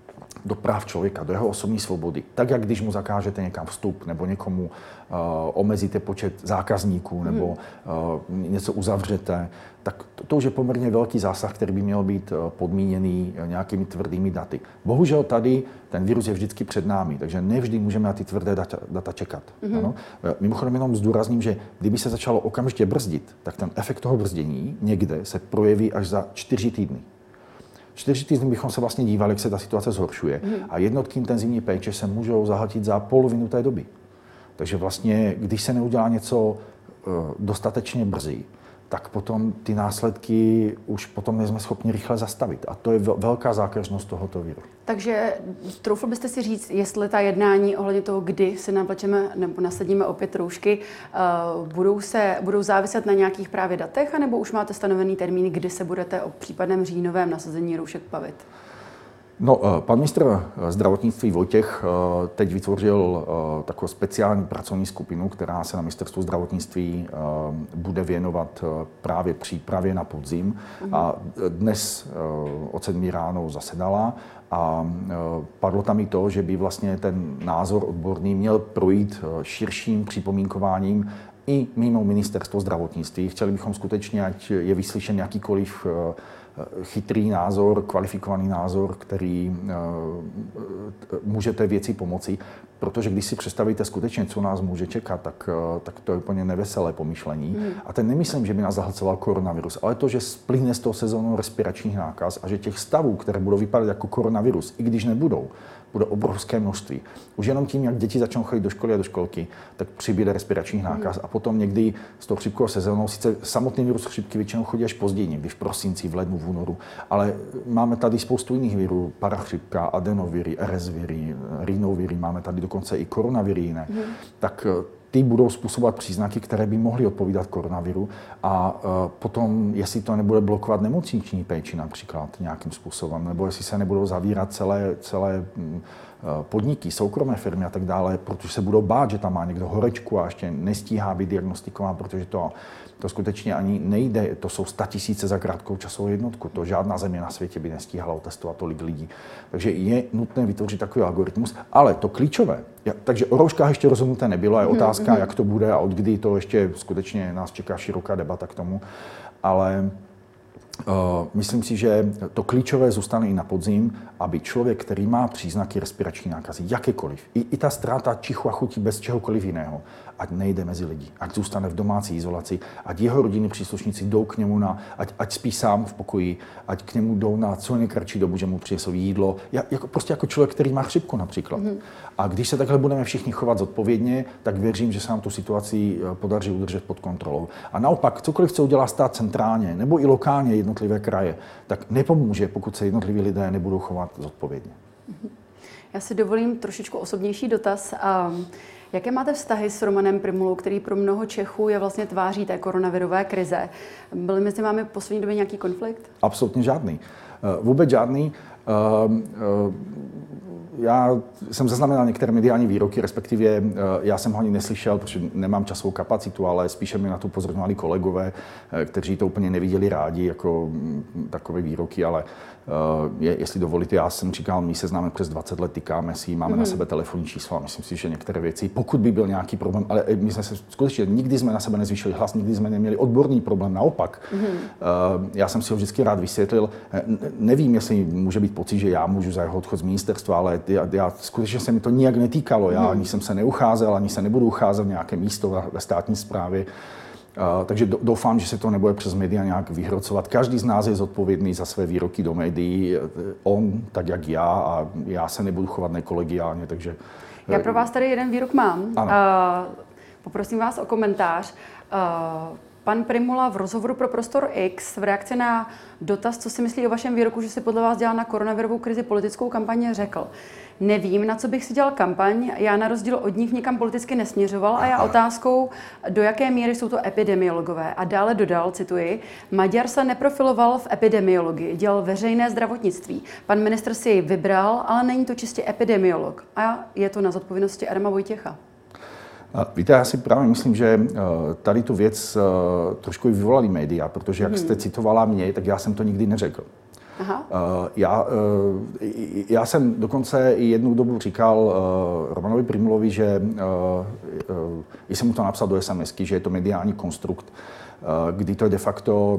do práv člověka, do jeho osobní svobody. Tak, jak když mu zakážete někam vstup, nebo někomu uh, omezíte počet zákazníků, nebo uh, něco uzavřete, tak to, to už je poměrně velký zásah, který by měl být uh, podmíněný uh, nějakými tvrdými daty. Bohužel tady ten virus je vždycky před námi, takže nevždy můžeme na ty tvrdé data, data čekat. Mm-hmm. Ano? Mimochodem jenom zdůrazním, že kdyby se začalo okamžitě brzdit, tak ten efekt toho brzdění někde se projeví až za čtyři týdny. Čtyři týdny bychom se vlastně dívali, jak se ta situace zhoršuje. Mm. A jednotky intenzivní péče se můžou zahltit za polovinu té doby. Takže vlastně, když se neudělá něco uh, dostatečně brzy, tak potom ty následky už potom nejsme schopni rychle zastavit. A to je velká zákeřnost tohoto viru.
Takže troufl byste si říct, jestli ta jednání ohledně toho, kdy si navlečeme nebo nasadíme opět roušky, uh, budou, se, budou záviset na nějakých právě datech, anebo už máte stanovený termín, kdy se budete o případném říjnovém nasazení roušek bavit?
No, pan ministr zdravotnictví Vojtěch teď vytvořil takovou speciální pracovní skupinu, která se na ministerstvu zdravotnictví bude věnovat právě přípravě na podzim. Mm. A dnes od sedmi ráno zasedala a padlo tam i to, že by vlastně ten názor odborný měl projít širším připomínkováním i mimo ministerstvo zdravotnictví. Chtěli bychom skutečně, ať je vyslyšen jakýkoliv chytrý názor, kvalifikovaný názor, který může té věci pomoci, protože když si představíte skutečně, co nás může čekat, tak, tak to je úplně neveselé pomyšlení. Hmm. A ten nemyslím, že by nás zahlcoval koronavirus, ale to, že splyne z toho sezónu respiračních nákaz a že těch stavů, které budou vypadat jako koronavirus, i když nebudou, bude obrovské množství. Už jenom tím, jak děti začnou chodit do školy a do školky, tak přibude respiračních nákaz. A potom někdy s tou chřipkovou sezónou, sice samotný virus chřipky většinou chodí až později, někdy v prosinci, v lednu, v únoru, ale máme tady spoustu jiných virů, parachřipka, adenoviry, R S viry, rhinoviry, máme tady dokonce i koronaviry jiné. Hmm. Tak ty budou způsobovat příznaky, které by mohly odpovídat koronaviru a uh, potom, jestli to nebude blokovat nemocniční péči například nějakým způsobem, nebo jestli se nebudou zavírat celé, celé uh, podniky, soukromé firmy a tak dále, protože se budou bát, že tam má někdo horečku a ještě nestíhá být diagnostikován, protože to, to skutečně ani nejde. To jsou statisíce za krátkou časovou jednotku. To žádná země na světě by nestíhala otestovat tolik lidí. Takže je nutné vytvořit takový algoritmus, ale to klíčové, takže o rouškách ještě rozhodnuté nebylo, je otázka, jak to bude a od kdy, to ještě skutečně nás čeká široká debata k tomu, ale uh, myslím si, že to klíčové zůstane i na podzim, aby člověk, který má příznaky respirační nákazy, jakékoliv, i, i ta ztráta čichu a chuti bez čehokoliv jiného, ať nejde mezi lidi, ať zůstane v domácí izolaci, ať jeho rodinní příslušníci jdou k němu na, ať, ať spí sám v pokoji, ať k němu jdou na co nejkratší dobu, že mu přinesou jídlo, ja, jako, prostě jako člověk, který má chřipku například. Mm. A když se takhle budeme všichni chovat zodpovědně, tak věřím, že se nám tu situaci podaří udržet pod kontrolou. A naopak, cokoliv, co udělá stát centrálně nebo i lokálně jednotlivé kraje, tak nepomůže, pokud se jednotliví lidé nebudou chovat zodpovědně.
Já si dovolím trošičku osobnější dotaz. Jaké máte vztahy s Romanem Prymulou, který pro mnoho Čechů je vlastně tváří té koronavirové krize? Byl mezi vámi v poslední době nějaký konflikt?
Absolutně žádný. Vůbec žádný. Já jsem zaznamenal některé mediální výroky, respektive já jsem ho ani neslyšel, protože nemám časovou kapacitu, ale spíše mi na to upozorňovali kolegové, kteří to úplně neviděli rádi, jako takové výroky, ale je, jestli dovolíte, já jsem říkal, my se známe přes dvacet let, tykáme si, máme mm-hmm. na sebe telefonní číslo a myslím si, že některé věci, pokud by byl nějaký problém, ale my jsme se skutečně, nikdy jsme na sebe nezvýšili hlas, nikdy jsme neměli odborný problém, naopak. Mm-hmm. Já jsem si ho vždycky rád vysvětlil. Nevím, jestli může být pocit, že já můžu za jeho odchod z ministerstva, ale já, já skutečně se mi to nijak netýkalo. Já mm-hmm. ani jsem se neucházel, ani se nebudu ucházet v nějaké místo ve státní správě. Uh, takže doufám, že se to nebude přes média nějak vyhrocovat. Každý z nás je zodpovědný za své výroky do médií. On, tak jak já, a já se nebudu chovat nekolegiálně, takže...
Já pro vás tady jeden výrok mám.
Ano.
Uh, poprosím vás o komentář. Uh, Pan Prymula v rozhovoru pro Prostor X v reakci na dotaz, co si myslí o vašem výroku, že si podle vás dělá na koronavirovou krizi politickou kampaň, řekl: Nevím, na co bych si dělal kampaň, já na rozdíl od nich nikam politicky nesměřoval a já otázkou, do jaké míry jsou to epidemiologové. A dále dodal, cituji, Maďar se neprofiloval v epidemiologii, dělal veřejné zdravotnictví. Pan ministr si jej vybral, ale není to čistě epidemiolog. A je to na zodpovědnosti Adama Vojtěcha.
Víte, já si právě myslím, že tady tu věc trošku vyvolali média, protože jak hmm. jste citovala mě, tak já jsem to nikdy neřekl. Aha. Já, já jsem dokonce i jednu dobu říkal Romanovi Prymulovi, že jsem mu to napsal do SMSky, že je to mediální konstrukt, kdy to je de facto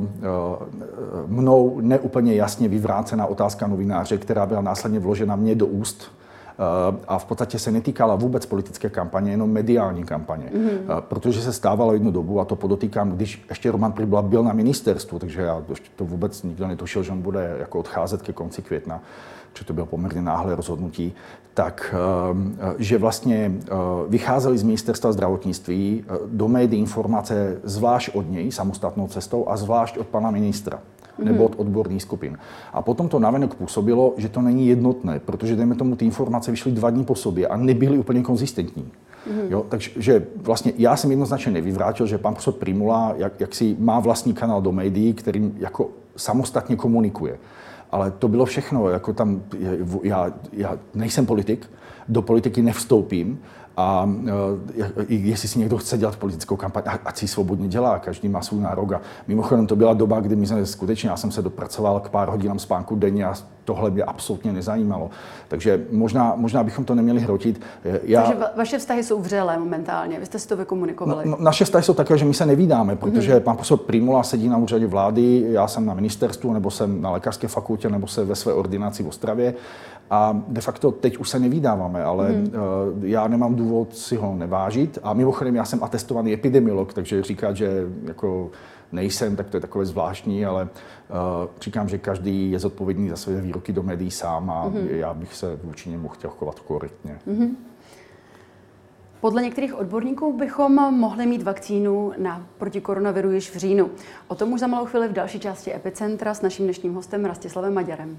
mnou neúplně jasně vyvrácená otázka novináře, která byla následně vložena mně do úst. A v podstatě se netýkala vůbec politické kampaně, jenom mediální kampaně. Mm-hmm. Protože se stávalo jednu dobu, a to podotýkám, když ještě Roman Prymula byl na ministerstvu, takže já to vůbec nikdo netušil, že on bude jako odcházet ke konci května, protože to bylo poměrně náhle rozhodnutí, tak že vlastně vycházeli z ministerstva zdravotnictví do médií informace zvlášť od něj, samostatnou cestou, a zvlášť od pana ministra nebo od odborných skupin. A potom to navenek působilo, že to není jednotné, protože dejme tomu, ty informace vyšly dva dny po sobě a nebyly úplně konzistentní. Mm. Jo, takže vlastně já jsem jednoznačně nevyvrátil, že pan profesor Prymula jak, jak si má vlastní kanál do médií, kterým jako samostatně komunikuje. ale to bylo všechno. Jako tam, já, já nejsem politik, do politiky nevstoupím, a uh, jestli si někdo chce dělat politickou kampaň, ať si svobodně dělá, každý má svůj nárok. A mimochodem to byla doba, kdy my jsme skutečně, já jsem se dopracoval k pár hodinám spánku denně a tohle mě absolutně nezajímalo. Takže možná, možná bychom to neměli hrotit. Já... Takže
va- vaše vztahy jsou vřelé momentálně, vy jste si to vykomunikovali?
No, naše vztahy jsou takové, že my se nevídáme, protože mm-hmm. pan profesor Prymula sedí na úřadě vlády, já jsem na ministerstvu, nebo jsem na lékařské fakultě, nebo jsem ve své ordinaci v Ostravě. A de facto teď už se nevídáváme, ale mm. uh, já nemám důvod si ho nevážit. A mimochodem já jsem atestovaný epidemiolog, takže říkat, že jako nejsem, tak to je takové zvláštní, ale uh, říkám, že každý je zodpovědný za své výroky do médií sám a mm. já bych se vůči němu chtěl chovat korektně. Mm.
Podle některých odborníků bychom mohli mít vakcínu na proti koronaviru již v říjnu. O tom už za malou chvíli v další části Epicentra s naším dnešním hostem Rastislavem Maďarem.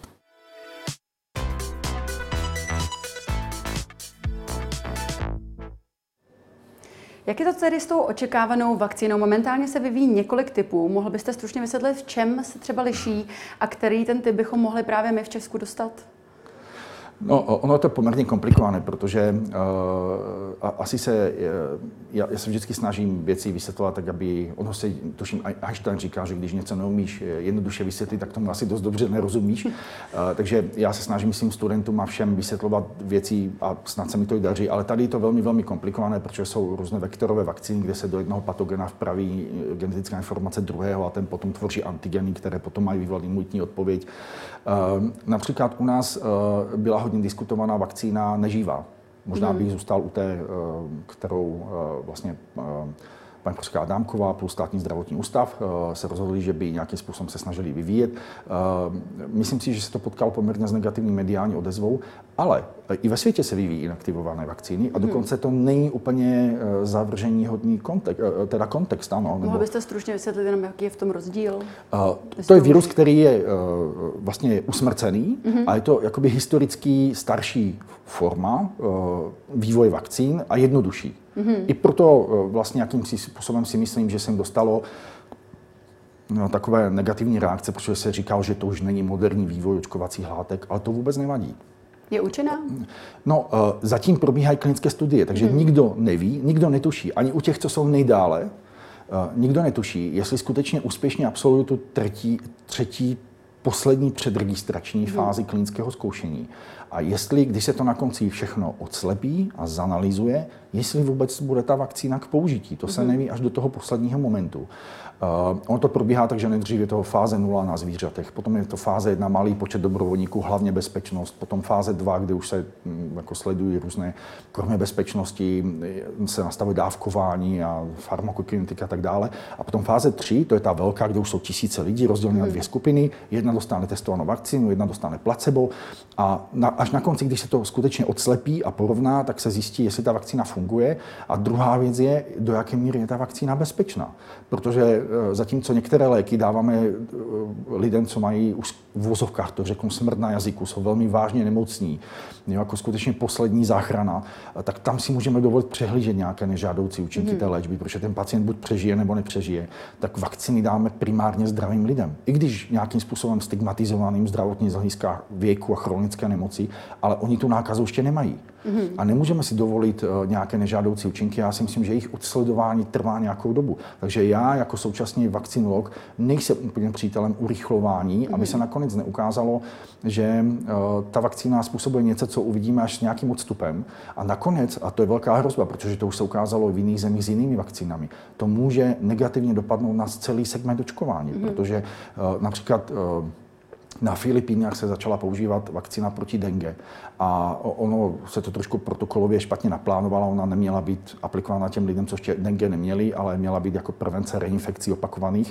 Jak je to tedy s tou očekávanou vakcínou? Momentálně se vyvíjí několik typů. Mohl byste stručně vysvětlit, v čem se třeba liší a který ten typ bychom mohli právě my v Česku dostat?
No, ono to je poměrně komplikované, protože uh, asi se, uh, já, já se vždycky snažím věci vysvětlovat tak, aby, ono se, tuším, Einstein říká, že když něco neumíš jednoduše vysvětlit, tak tomu asi dost dobře nerozumíš. Uh, takže já se snažím svým studentům a všem vysvětlovat věci a snad se mi to i daří, ale tady je to velmi, velmi komplikované, protože jsou různé vektorové vakcíny, kde se do jednoho patogena vpraví genetická informace druhého a ten potom tvoří antigeny, které potom mají vyvolat imunitní odpověď. Uh, například u nás uh, byla hodně diskutovaná vakcína neživá. Možná bych zůstal u té, kterou vlastně paní profesorka Adámková plus Státní zdravotní ústav se rozhodli, že by nějakým způsobem se snažili vyvíjet. Myslím si, že se to potkalo poměrně s negativní mediální odezvou, ale i ve světě se vyvíjí inaktivované vakcíny a dokonce to není úplně zavržení hodný kontext, teda kontext, ano.
Mohl byste stručně vysvětlit jenom, jaký je v tom rozdíl?
To je virus, který je vlastně usmrcený mm-hmm. a je to jakoby historicky starší forma vývoje vakcín a jednodušší. Mm-hmm. I proto vlastně jakým způsobem si myslím, že jsem dostalo no, takové negativní reakce, protože se říkal, že to už není moderní vývoj očkovacích látek, ale to vůbec nevadí.
Je účinná?
No, zatím probíhají klinické studie, takže mm. nikdo neví, nikdo netuší. Ani u těch, co jsou nejdále, nikdo netuší, jestli skutečně úspěšně absolvují tu třetí, třetí poslední předregistrační mm. fázi klinického zkoušení. A jestli, když se to na konci všechno odslepí a zanalyzuje, jestli vůbec bude ta vakcína k použití. To se neví až do toho posledního momentu. Uh, ono to probíhá tak, že nejdřív je to fáze nula na zvířatech, potom je to fáze jedna, malý počet dobrovolníků, hlavně bezpečnost, potom fáze dva, kde už se m, jako sledují různé, kromě bezpečnosti, se nastavuje dávkování a farmakokinetika a tak dále. A potom fáze tři, to je ta velká, kde už jsou tisíce lidí rozdělené na dvě skupiny, jedna dostane testovanou vakcínu, jedna dostane placebo a na, až na konci, když se to skutečně odslepí a porovná, tak se zjistí, jestli ta vakcína funguje. A druhá věc je, do jaké míry je ta vakcína bezpečná. Protože zatímco některé léky dáváme lidem, co mají už v vozovkách, to řeknu smrt na jazyku, jsou velmi vážně nemocní, jako skutečně poslední záchrana, tak tam si můžeme dovolit přehlížet nějaké nežádoucí účinky mm. té léčby, protože ten pacient buď přežije nebo nepřežije. Tak vakcíny dáme primárně zdravým lidem. I když nějakým způsobem stigmatizovaným zdravotně z hlediska věku a chronické nemoci, ale oni tu nákazu ještě nemají. Mm. A nemůžeme si dovolit nějaké nežádoucí účinky. Já si myslím, že jejich odsledování trvá nějakou dobu. Takže já jako současný vakcinolog nejsem úplně přítelem urychlování, mm. aby se nakonec neukázalo, že uh, ta vakcína způsobuje něco, co uvidíme až s nějakým odstupem. A nakonec, a to je velká hrozba, protože to už se ukázalo v jiných zemích s jinými vakcínami, to může negativně dopadnout na celý segment očkování, mm. protože uh, například uh, na Filipínách se začala používat vakcína proti dengue a ono se to trošku protokolově špatně naplánovalo, ona neměla být aplikována těm lidem, co ještě dengue neměli, ale měla být jako prevence reinfekcí opakovaných.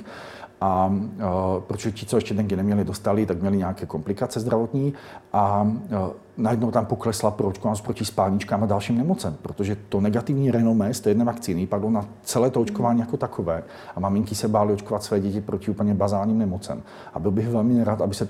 A uh, protože ti, co ještě dengue neměli, dostali, tak měli nějaké komplikace zdravotní a uh, najednou tam poklesla proočkovanost proti spálničkám a dalším nemocem, protože to negativní renomé z té jedné vakcíny padlo na celé to očkování jako takové a maminky se bály očkovat své děti proti úplně bazálním nemocem. A byl bych velmi nerad, aby se to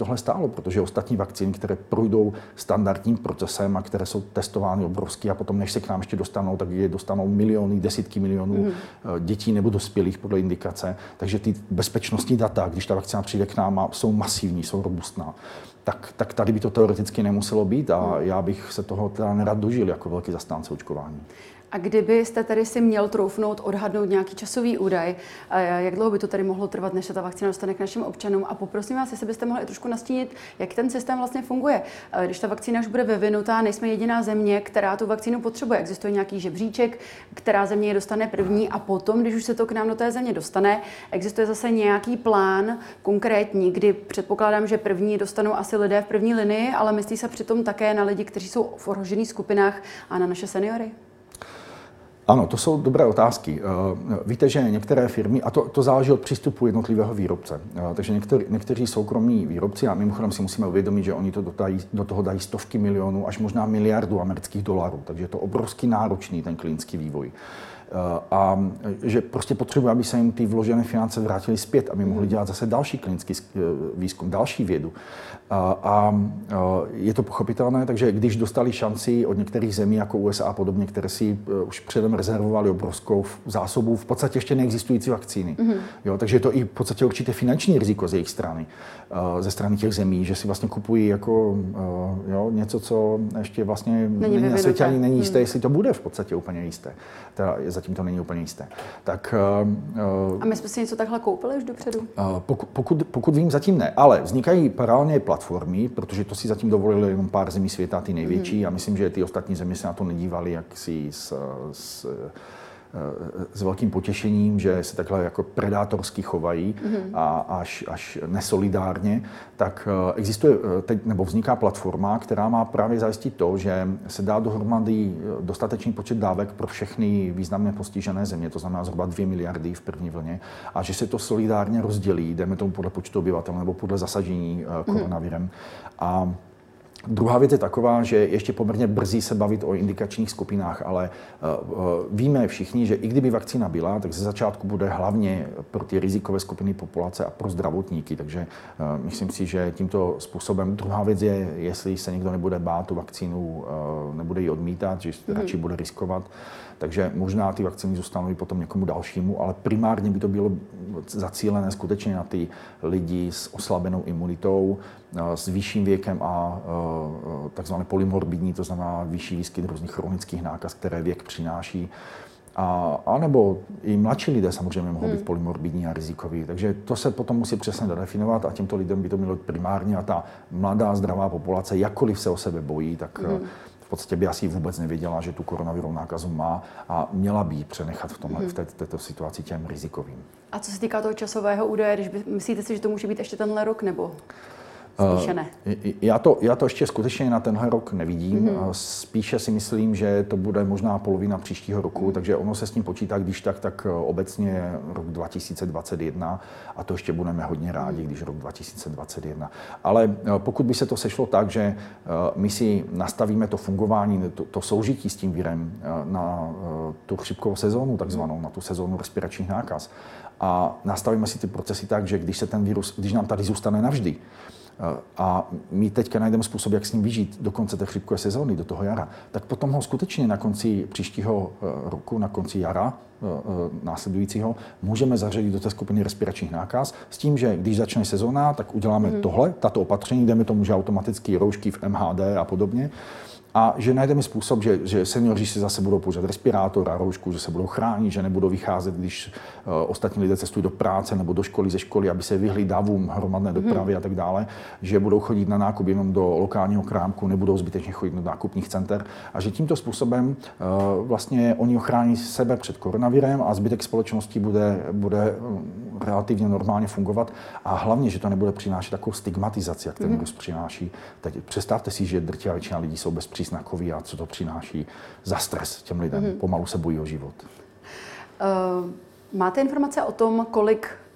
tohle stálo, protože ostatní vakcíny, které projdou standardním procesem a které jsou testovány obrovsky a potom, než se k nám ještě dostanou, tak je dostanou miliony, desítky milionů mm. dětí nebo dospělých podle indikace. Takže ty bezpečnostní data, když ta vakcína přijde k nám, jsou masivní, jsou robustná. Tak, tak tady by to teoreticky nemuselo být a já bych se toho teda nerad dožil jako velký zastánce očkování.
A kdybyste tady si měl troufnout, odhadnout nějaký časový údaj, jak dlouho by to tady mohlo trvat, než se ta vakcína dostane k našim občanům? A poprosím vás, jestli byste mohli trošku nastínit, jak ten systém vlastně funguje. Když ta vakcína už bude vyvinutá, nejsme jediná země, která tu vakcínu potřebuje. Existuje nějaký žebříček, která země je dostane první a potom, když už se to k nám do té země dostane, existuje zase nějaký plán konkrétní, kdy předpokládám, že první dostanou asi lidé v první linii, ale myslí se přitom také na lidi, kteří jsou v ohrožených skupinách a na naše seniory?
Ano, to jsou dobré otázky. Víte, že některé firmy, a to, to záleží od přístupu jednotlivého výrobce, takže některý, někteří soukromí výrobci, a mimochodem si musíme uvědomit, že oni to dodají, do toho dají stovky milionů, až možná miliardu amerických dolarů, takže je to obrovský náročný ten klinický vývoj. A že prostě potřebuje, aby se jim ty vložené finance vrátily zpět, aby mohli dělat zase další klinický výzkum, další vědu. A, a je to pochopitelné, takže když dostali šanci od některých zemí jako U S A a podobně, které si už předem rezervovali obrovskou zásobu v podstatě ještě neexistující vakcíny. Mm-hmm. Jo, takže je to i v podstatě určité finanční riziko z jejich strany, ze strany těch zemí, že si vlastně kupují jako jo, něco, co ještě vlastně není, není na světě ani není jisté, mm. jestli to bude v podstatě úplně jisté. Teda zatím to není úplně jisté. Tak,
uh, a my jsme si něco takhle koupili už dopředu? Uh,
pokud, pokud, pokud vím, zatím ne. Ale vznikají paralelně platformy, protože to si zatím dovolili jenom pár zemí světa, ty největší. Mm. A myslím, že ty ostatní země se na to nedívali jaksi s, s, s velkým potěšením, že se takhle jako predátorsky chovají mm. a až, až nesolidárně, tak existuje teď, nebo vzniká platforma, která má právě zajistit to, že se dá dohromady dostatečný počet dávek pro všechny významně postižené země, to znamená zhruba dvě miliardy v první vlně, a že se to solidárně rozdělí, jdeme tomu podle počtu obyvatel nebo podle zasažení koronavirem. Mm. A druhá věc je taková, že ještě poměrně brzy se bavit o indikačních skupinách, ale víme všichni, že i kdyby vakcína byla, tak ze začátku bude hlavně pro ty rizikové skupiny populace a pro zdravotníky. Takže myslím si, že tímto způsobem. Druhá věc je, jestli se někdo nebude bát tu vakcínu, nebude ji odmítat, že mm. radši bude riskovat. Takže možná ty vakcíny zůstanou i potom někomu dalšímu, ale primárně by to bylo zacílené skutečně na ty lidi s oslabenou imunitou, s vyšším věkem a takzvané polymorbidní, to znamená vyšší výskyt různých chronických nákaz, které věk přináší. A, a nebo i mladší lidé samozřejmě mohou být polymorbidní a rizikoví. Takže to se potom musí přesně definovat a těmto lidem by to mělo primárně a ta mladá, zdravá populace, jakkoliv se o sebe bojí, tak mm. v podstatě by asi vůbec nevěděla, že tu koronavirovou nákazu má a měla by ji přenechat v, tomhle, mm. v té, této situaci těm rizikovým.
A co se týká toho časového údaje, když by, myslíte si, že to může být ještě tenhle rok nebo spíše ne?
Já to, já to ještě skutečně na tenhle rok nevidím. Mm-hmm. Spíše si myslím, že to bude možná polovina příštího roku, mm. takže ono se s tím počítá, když tak, tak obecně rok dva tisíce dvacet jedna a to ještě budeme hodně rádi, když rok dva tisíce dvacet jedna. Ale pokud by se to sešlo tak, že my si nastavíme to fungování, to, to soužití s tím virem na tu chřipkovou sezónu takzvanou, na tu sezónu respiračních nákaz a nastavíme si ty procesy tak, že když se ten virus, když nám tady zůstane navždy, a my teďka najdeme způsob, jak s ním vyžít do konce té chřipkové sezóny, do toho jara, tak potom ho skutečně na konci příštího roku, na konci jara následujícího, můžeme zařadit do té skupiny respiračních nákaz s tím, že když začne sezóna, tak uděláme mm. tohle, tato opatření, jdeme tomu, že automaticky roušky v M H D a podobně. A že najdeme způsob, že, že seniori si zase budou používat respirátor a roušku, že se budou chránit, že nebudou vycházet, když uh, ostatní lidé cestují do práce nebo do školy, ze školy, aby se vyhli davům hromadné dopravy mm. a tak dále, že budou chodit na nákup jenom do lokálního krámku, nebudou zbytečně chodit do nákupních center a že tímto způsobem uh, vlastně oni ochrání sebe před koronavirem a zbytek společnosti bude, bude relativně normálně fungovat a hlavně, že to nebude přinášet takovou stigmatizaci, jak ten virus mm. přináší. Teď představte si, že drtivá většina lidí jsou bezpříznakoví a co to přináší za stres těm lidem. Mm-hmm. Pomalu se bojí o život.
Uh, máte informace o tom, kolik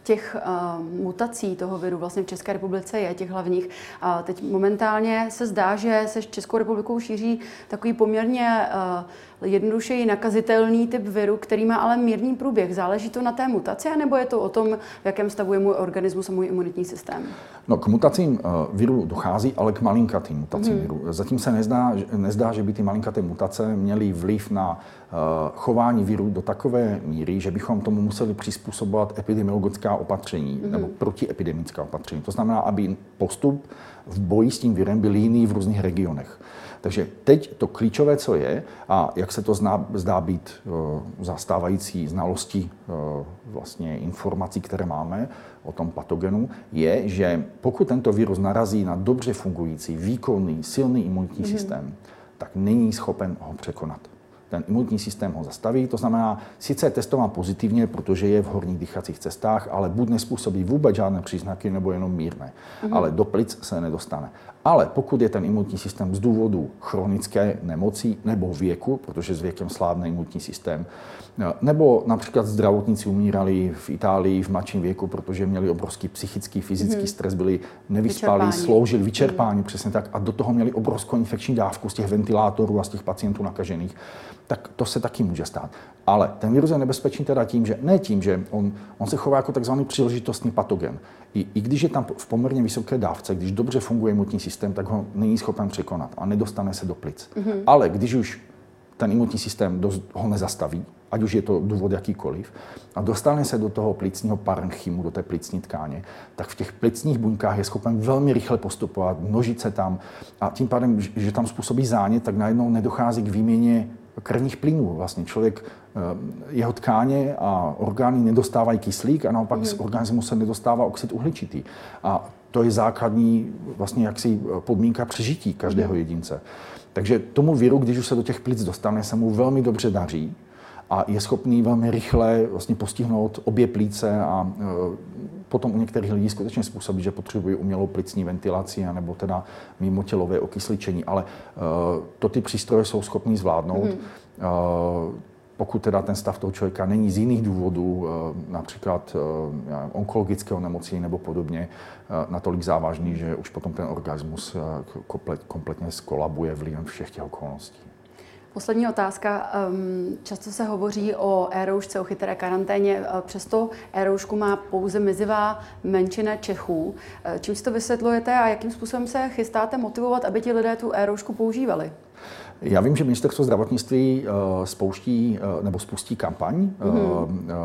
těch uh, mutací toho viru vlastně v České republice je, těch hlavních. Uh, teď momentálně se zdá, že se Českou republikou šíří takový poměrně uh, jednodušeji nakazitelný typ viru, který má ale mírný průběh. Záleží to na té mutaci, anebo je to o tom, v jakém stavu je můj organismus a můj imunitní systém?
No, k mutacím uh, viru dochází, ale k malinkatým mutacím
hmm.
viru. Zatím se nezdá, nezdá, že by ty malinkaté mutace měly vliv na uh, chování viru do takové míry, že bychom tomu museli přizpůsobovat epidemiologická opatření hmm. nebo protiepidemická opatření. To znamená, aby postup v boji s tím virem byl jiný v různých regionech. Takže teď to klíčové, co je, a jak se to zná, zdá být uh, zastávající znalosti uh, vlastně informací, které máme o tom patogenu, je, že pokud tento virus narazí na dobře fungující, výkonný, silný imunitní mm-hmm. systém, tak není schopen ho překonat. Ten imunitní systém ho zastaví, to znamená, sice je testován pozitivně, protože je v horních dýchacích cestách, ale buď nespůsobí vůbec žádné příznaky, nebo jenom mírné. Mm-hmm. Ale do plic se nedostane. Ale pokud je ten imunitní systém z důvodu chronické nemoci nebo věku, protože s věkem slábne imunitní systém, nebo například zdravotníci umírali v Itálii v mladším věku, protože měli obrovský psychický, fyzický mm-hmm. stres, byli nevyspalí,
vyčerpání.
sloužili, vyčerpání, mm-hmm. přesně tak, a do toho měli obrovskou infekční dávku z těch ventilátorů a z těch pacientů nakažených, tak to se taky může stát. Ale ten virus je nebezpečný teda tím, že ne tím, že on, on se chová jako takzvaný příležitostný patogen. I, I když je tam v poměrně vysoké dávce, když dobře funguje imunitní systém, tak ho není schopen překonat a nedostane se do plic. Mm-hmm. Ale když už ten imunitní systém dost, ho nezastaví, ať už je to důvod jakýkoliv, a dostane se do toho plicního parenchymu, do té plicní tkáně, tak v těch plicních buňkách je schopen velmi rychle postupovat, množit se tam a tím pádem, že tam způsobí zánět, tak najednou nedochází k výměně krevních plynů. Vlastně člověk, jeho tkáně a orgány nedostávají kyslík a naopak mm. z organismu se nedostává oxid uhličitý. A to je základní vlastně jaksi podmínka přežití každého mm. jedince. Takže tomu viru, když už se do těch plic dostane, se mu velmi dobře daří a je schopný velmi rychle vlastně postihnout obě plíce a e, potom u některých lidí skutečně způsobí, že potřebují umělou plicní ventilaci nebo teda mimotělové okysličení, ale e, to ty přístroje jsou schopní zvládnout. Mm. E, pokud teda ten stav toho člověka není z jiných důvodů, například onkologického nemocnění nebo podobně, natolik závažný, že už potom ten organismus komplet, kompletně skolabuje vlivem všech těch okolností.
Poslední otázka. Často se hovoří o e-roušce, o chytré karanténě. Přesto e-roušku má pouze mizivá menšina Čechů. Čím si to vysvětlujete a jakým způsobem se chystáte motivovat, aby ti lidé tu e-roušku používali?
Já vím, že ministerstvo zdravotnictví uh, spouští uh, nebo spustí kampaň uh, mm-hmm. uh,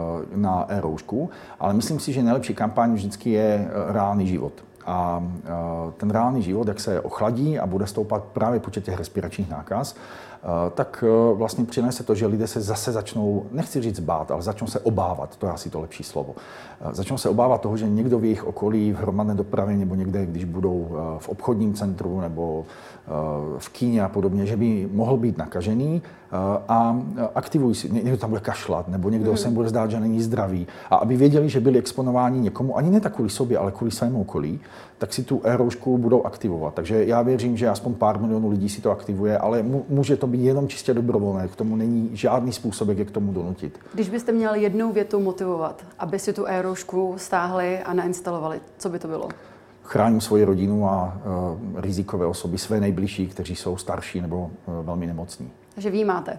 na e-roušku, ale myslím si, že nejlepší kampaň vždycky je uh, reálný život. A uh, ten reálný život, jak se ochladí a bude stoupat právě počet těch respiračních nákaz, uh, tak uh, vlastně přinese to, že lidé se zase začnou, nechci říct bát, ale začnou se obávat, to je asi to lepší slovo. Uh, začnou se obávat toho, že někdo v jejich okolí v hromadné dopravě nebo někde, když budou uh, v obchodním centru nebo uh, v kíně a podobně, že by mohl být nakažený uh, a aktivují si, někdo tam bude kašlat nebo někdo mm. se bude zdát, že není zdravý. A aby věděli, že byli exponováni někomu, ani ne tak kvůli sobě, ale kvůli svému okolí, tak si tu e-roušku budou aktivovat. Takže já věřím, že aspoň pár milionů lidí si to aktivuje, ale může to být jenom čistě dobrovolné. K tomu není žádný způsob, jak je k tomu donutit. Když byste měli jednou větou motivovat, aby si tu e-roušku stáhli a nainstalovali, co by to bylo? Chráním svoji rodinu a uh, rizikové osoby, své nejbližší, kteří jsou starší nebo uh, velmi nemocní. Takže vy máte?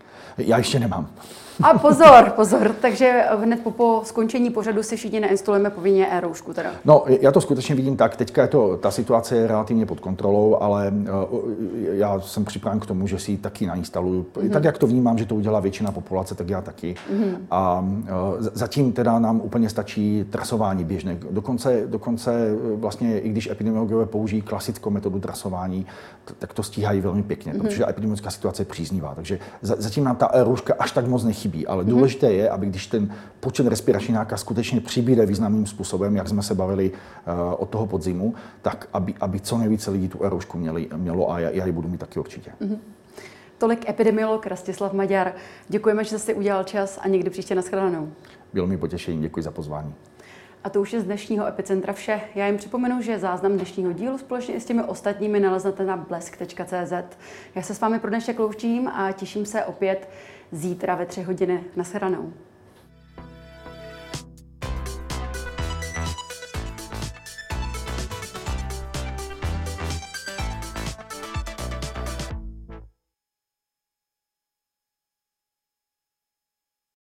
Já ještě nemám. A pozor, pozor, takže hned po, po skončení pořadu si všichni nainstalujeme povinně e-roušku teda. No, já to skutečně vidím tak, teďka je to, ta situace je relativně pod kontrolou, ale uh, já jsem připraven k tomu, že si ji taky nainstaluju. Mm-hmm. Tak, jak to vnímám, že to udělá většina populace, tak já taky. Mm-hmm. A uh, zatím teda nám úplně stačí trasování běžné. Dokonce, dokonce vlastně, i když epidemiologové použijí klasickou metodu trasování, tak to stíhají velmi pěkně, mm-hmm. protože epidemiologická situace je příznivá. Takže zatím nám ta e-rouška až tak moc nechybí. Ale důležité je, aby když ten počet respiračních nákaz skutečně přibude významným způsobem, jak jsme se bavili uh, od toho podzimu, tak aby, aby co nejvíce lidí tu e-roušku měli, mělo a já, já ji budu mít taky určitě. Mm-hmm. Tolik epidemiolog Rastislav Maďar. Děkujeme, že jste si udělal čas a někdy příště nashledanou. Bylo mi potěšením, děkuji za pozvání. A to už je z dnešního Epicentra vše. Já jim připomenu, že záznam dnešního dílu společně i s těmi ostatními naleznete na blesk tečka cé zet. Já se s vámi pro dnešek loučím a těším se opět zítra ve tři hodiny. Nashledanou.